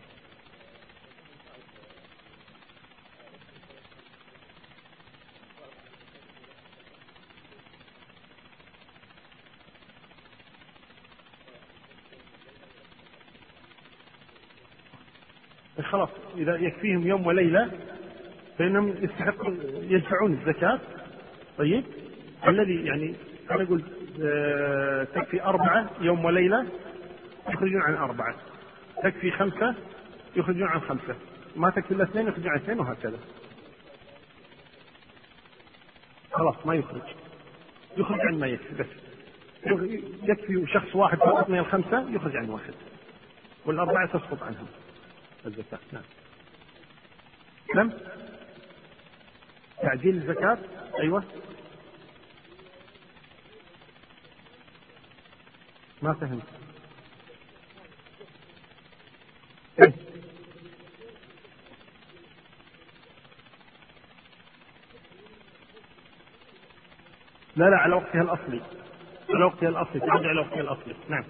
خلاص إذا يكفيهم يوم وليلة فإنهم يدفعون الزكاة. طيب الذي يعني أنا أقول تكفي 4 يوم وليلة يخرجون عن 4، تكفي 5 يخرجون عن 5، ما تكفي إلا 2 يخرجون عن 2، وهكذا. خلاص ما يخرج عن ما يكفي، بس يكفي شخص واحد فقط من 5 يخرج عن 1، وال4 تسقط عنهم الزكاة. نعم. تعجيل الزكاة. أيوة ما فهمت. إيه؟ لا على وقتها الأصلي، على وقتها الأصلي، ترجع على وقتها الأصلي. نعم.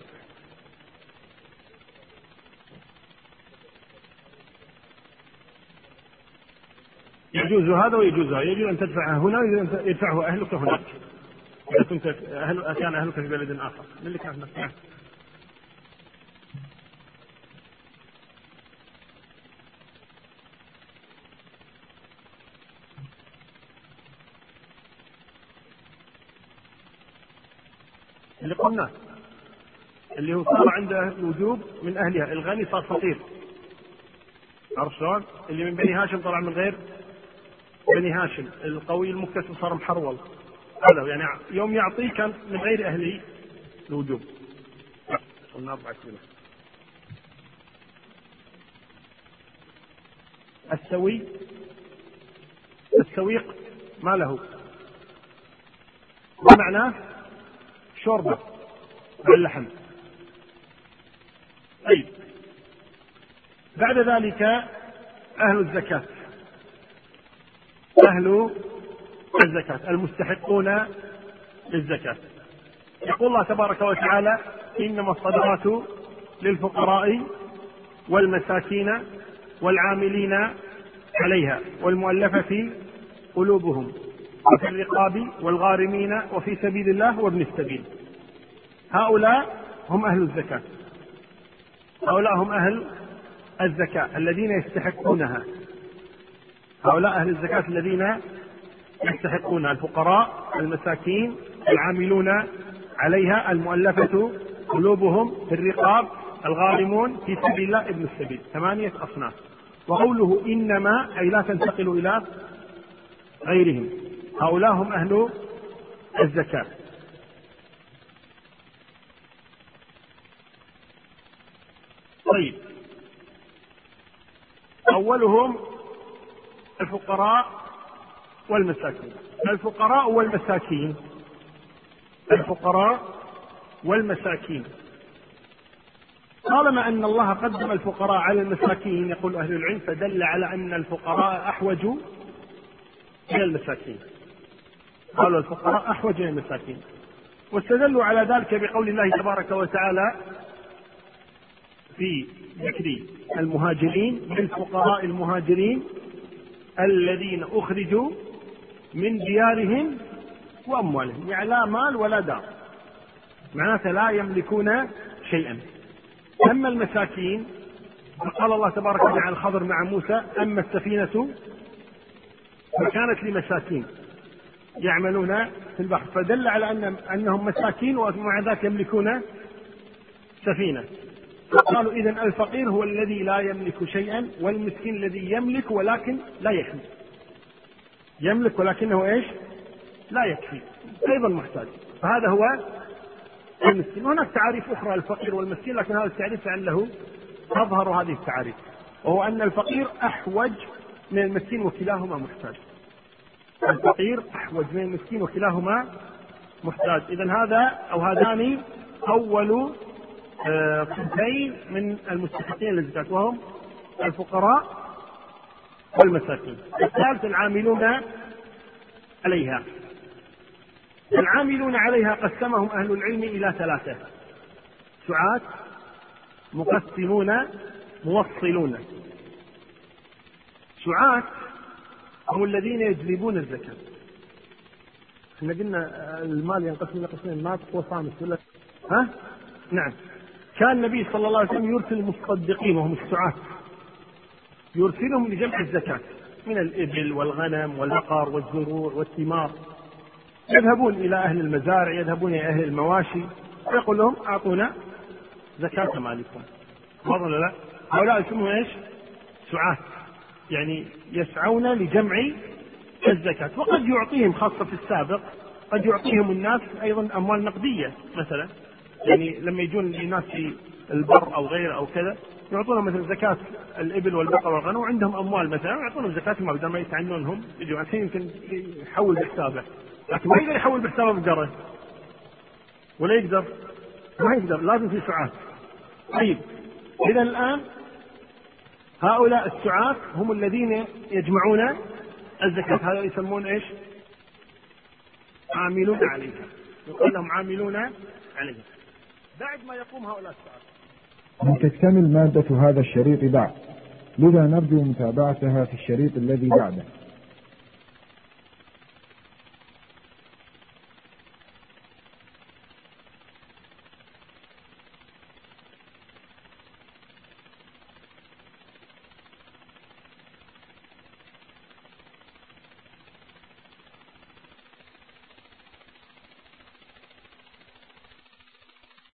يجوز هذا ويجوز هذا، يجوز أن تدفعه هنا ويجوز أن يدفعه أهلك هناك إذا كنت كان أهلك في بلد آخر. من اللي كان هناك؟ اللي قلنا اللي هو صار عنده الوجوب من أهلها، الغني صار فقير، عرفت شلون؟ اللي من بني هاشم طلع من غير بني هاشم، القوي المكتسب صار محرول، هذا يعني يوم يعطيه كان من غير أهله الوجوب. قلنا 4 كيلو. السويق ما له، ومعناه شوربة، واللحم. طيب، بعد ذلك أهل الزكاة. أهل الزكاة المستحقون للزكاة. يقول الله تبارك وتعالى: إنما الصدقات للفقراء والمساكين والعاملين عليها والمؤلفة قلوبهم وفي الرقاب والغارمين وفي سبيل الله وابن السبيل. هؤلاء هم أهل الزكاة، هؤلاء هم أهل الزكاة الذين يستحقونها. هؤلاء أهل الزكاة الذين يستحقونها: الفقراء، المساكين، العاملون عليها، المؤلفة قلوبهم، في الرقاب، الغارمون، في سبيل الله، ابن السبيل. 8 أصناف. وقوله إنما أي لا تنتقل إلى غيرهم. هؤلاء هم أهل الزكاة. طيب، أولهم الفقراء والمساكين. الفقراء والمساكين، الفقراء والمساكين، طالما أن الله قدم الفقراء على المساكين، يقول أهل العلم، فدل على أن الفقراء أحوج إلى المساكين. قالوا الفقراء أحوج إلى المساكين، واستدلوا على ذلك بقول الله تبارك وتعالى في ذكر المهاجرين: للفقراء المهاجرين الذين أخرجوا من ديارهم وأموالهم، يعني لا مال ولا دار، معناته لا يملكون شيئا. أما المساكين فقال الله تبارك وتعالى عن الخضر مع موسى: أما السفينة فكانت لمساكين يعملون في البحر، فدل على أنهم مساكين ومع ذلك يملكون سفينة. قالوا إذن الفقير هو الذي لا يملك شيئا، والمسكين الذي يملك ولكن لا يكفي. يملك ولكنه ايش؟ لا يكفي، أيضا محتاج. فهذا هو المسكين. هناك تعاريف أخرى للفقير والمسكين، لكن هذا التعريف لعله تظهر هذه التعاريف، وهو أن الفقير أحوج من المسكين وكلاهما محتاج. الفقير أحوج من المسكين وكلاهما محتاج. إذن هذا أو هذان أول صنفين من المستحقين للزكاة، وهم الفقراء والمساكين. الثالث العاملون عليها. العاملون عليها قسمهم أهل العلم إلى 3: سعاة، مقسمون، موصلون. سعاة هم الذين يجلبون الزكاة. احنا قلنا المال ينقسم إلى قسمين: ناطق وصامت، ولا ها؟ نعم. كان النبي صلى الله عليه وسلم يرسل المصدقين وهم السعاة، يرسلهم لجمع الزكاة من الإبل والغنم والبقر والزروع والثمار. يذهبون إلى أهل المزارع، يذهبون إلى أهل المواشي، ويقول لهم: أعطونا زكاة مالكم. واضح ولا لا؟ هؤلاء اسمهم ايش؟ سعاة، يعني يسعون لجمع الزكاة. وقد يعطيهم، خاصة في السابق، قد يعطيهم الناس أيضا أموال نقدية مثلا، يعني لما يجون الناس في البر أو غيره أو كذا، يعطونهم مثل زكاة الإبل والبقر والغنم، وعندهم أموال مثلا، يعطونهم زكاة ما بدل ما يتعنونهم. يجوا الحين يمكن يحول بحسابه، لكن ما يقدر يحول بحسابه بقرة، ولا يقدر، ما يقدر، لازم في سعاة. طيب، إذا الآن هؤلاء السعاة هم الذين يجمعون الزكاة. هذا يسمون ايش؟ عاملون عليها، يقول لهم عاملون عليها. بعد ما يقوم هؤلاء السعاة أن تكتمل مادة هذا الشريط بعد، لذا نرجو متابعتها في الشريط الذي بعده.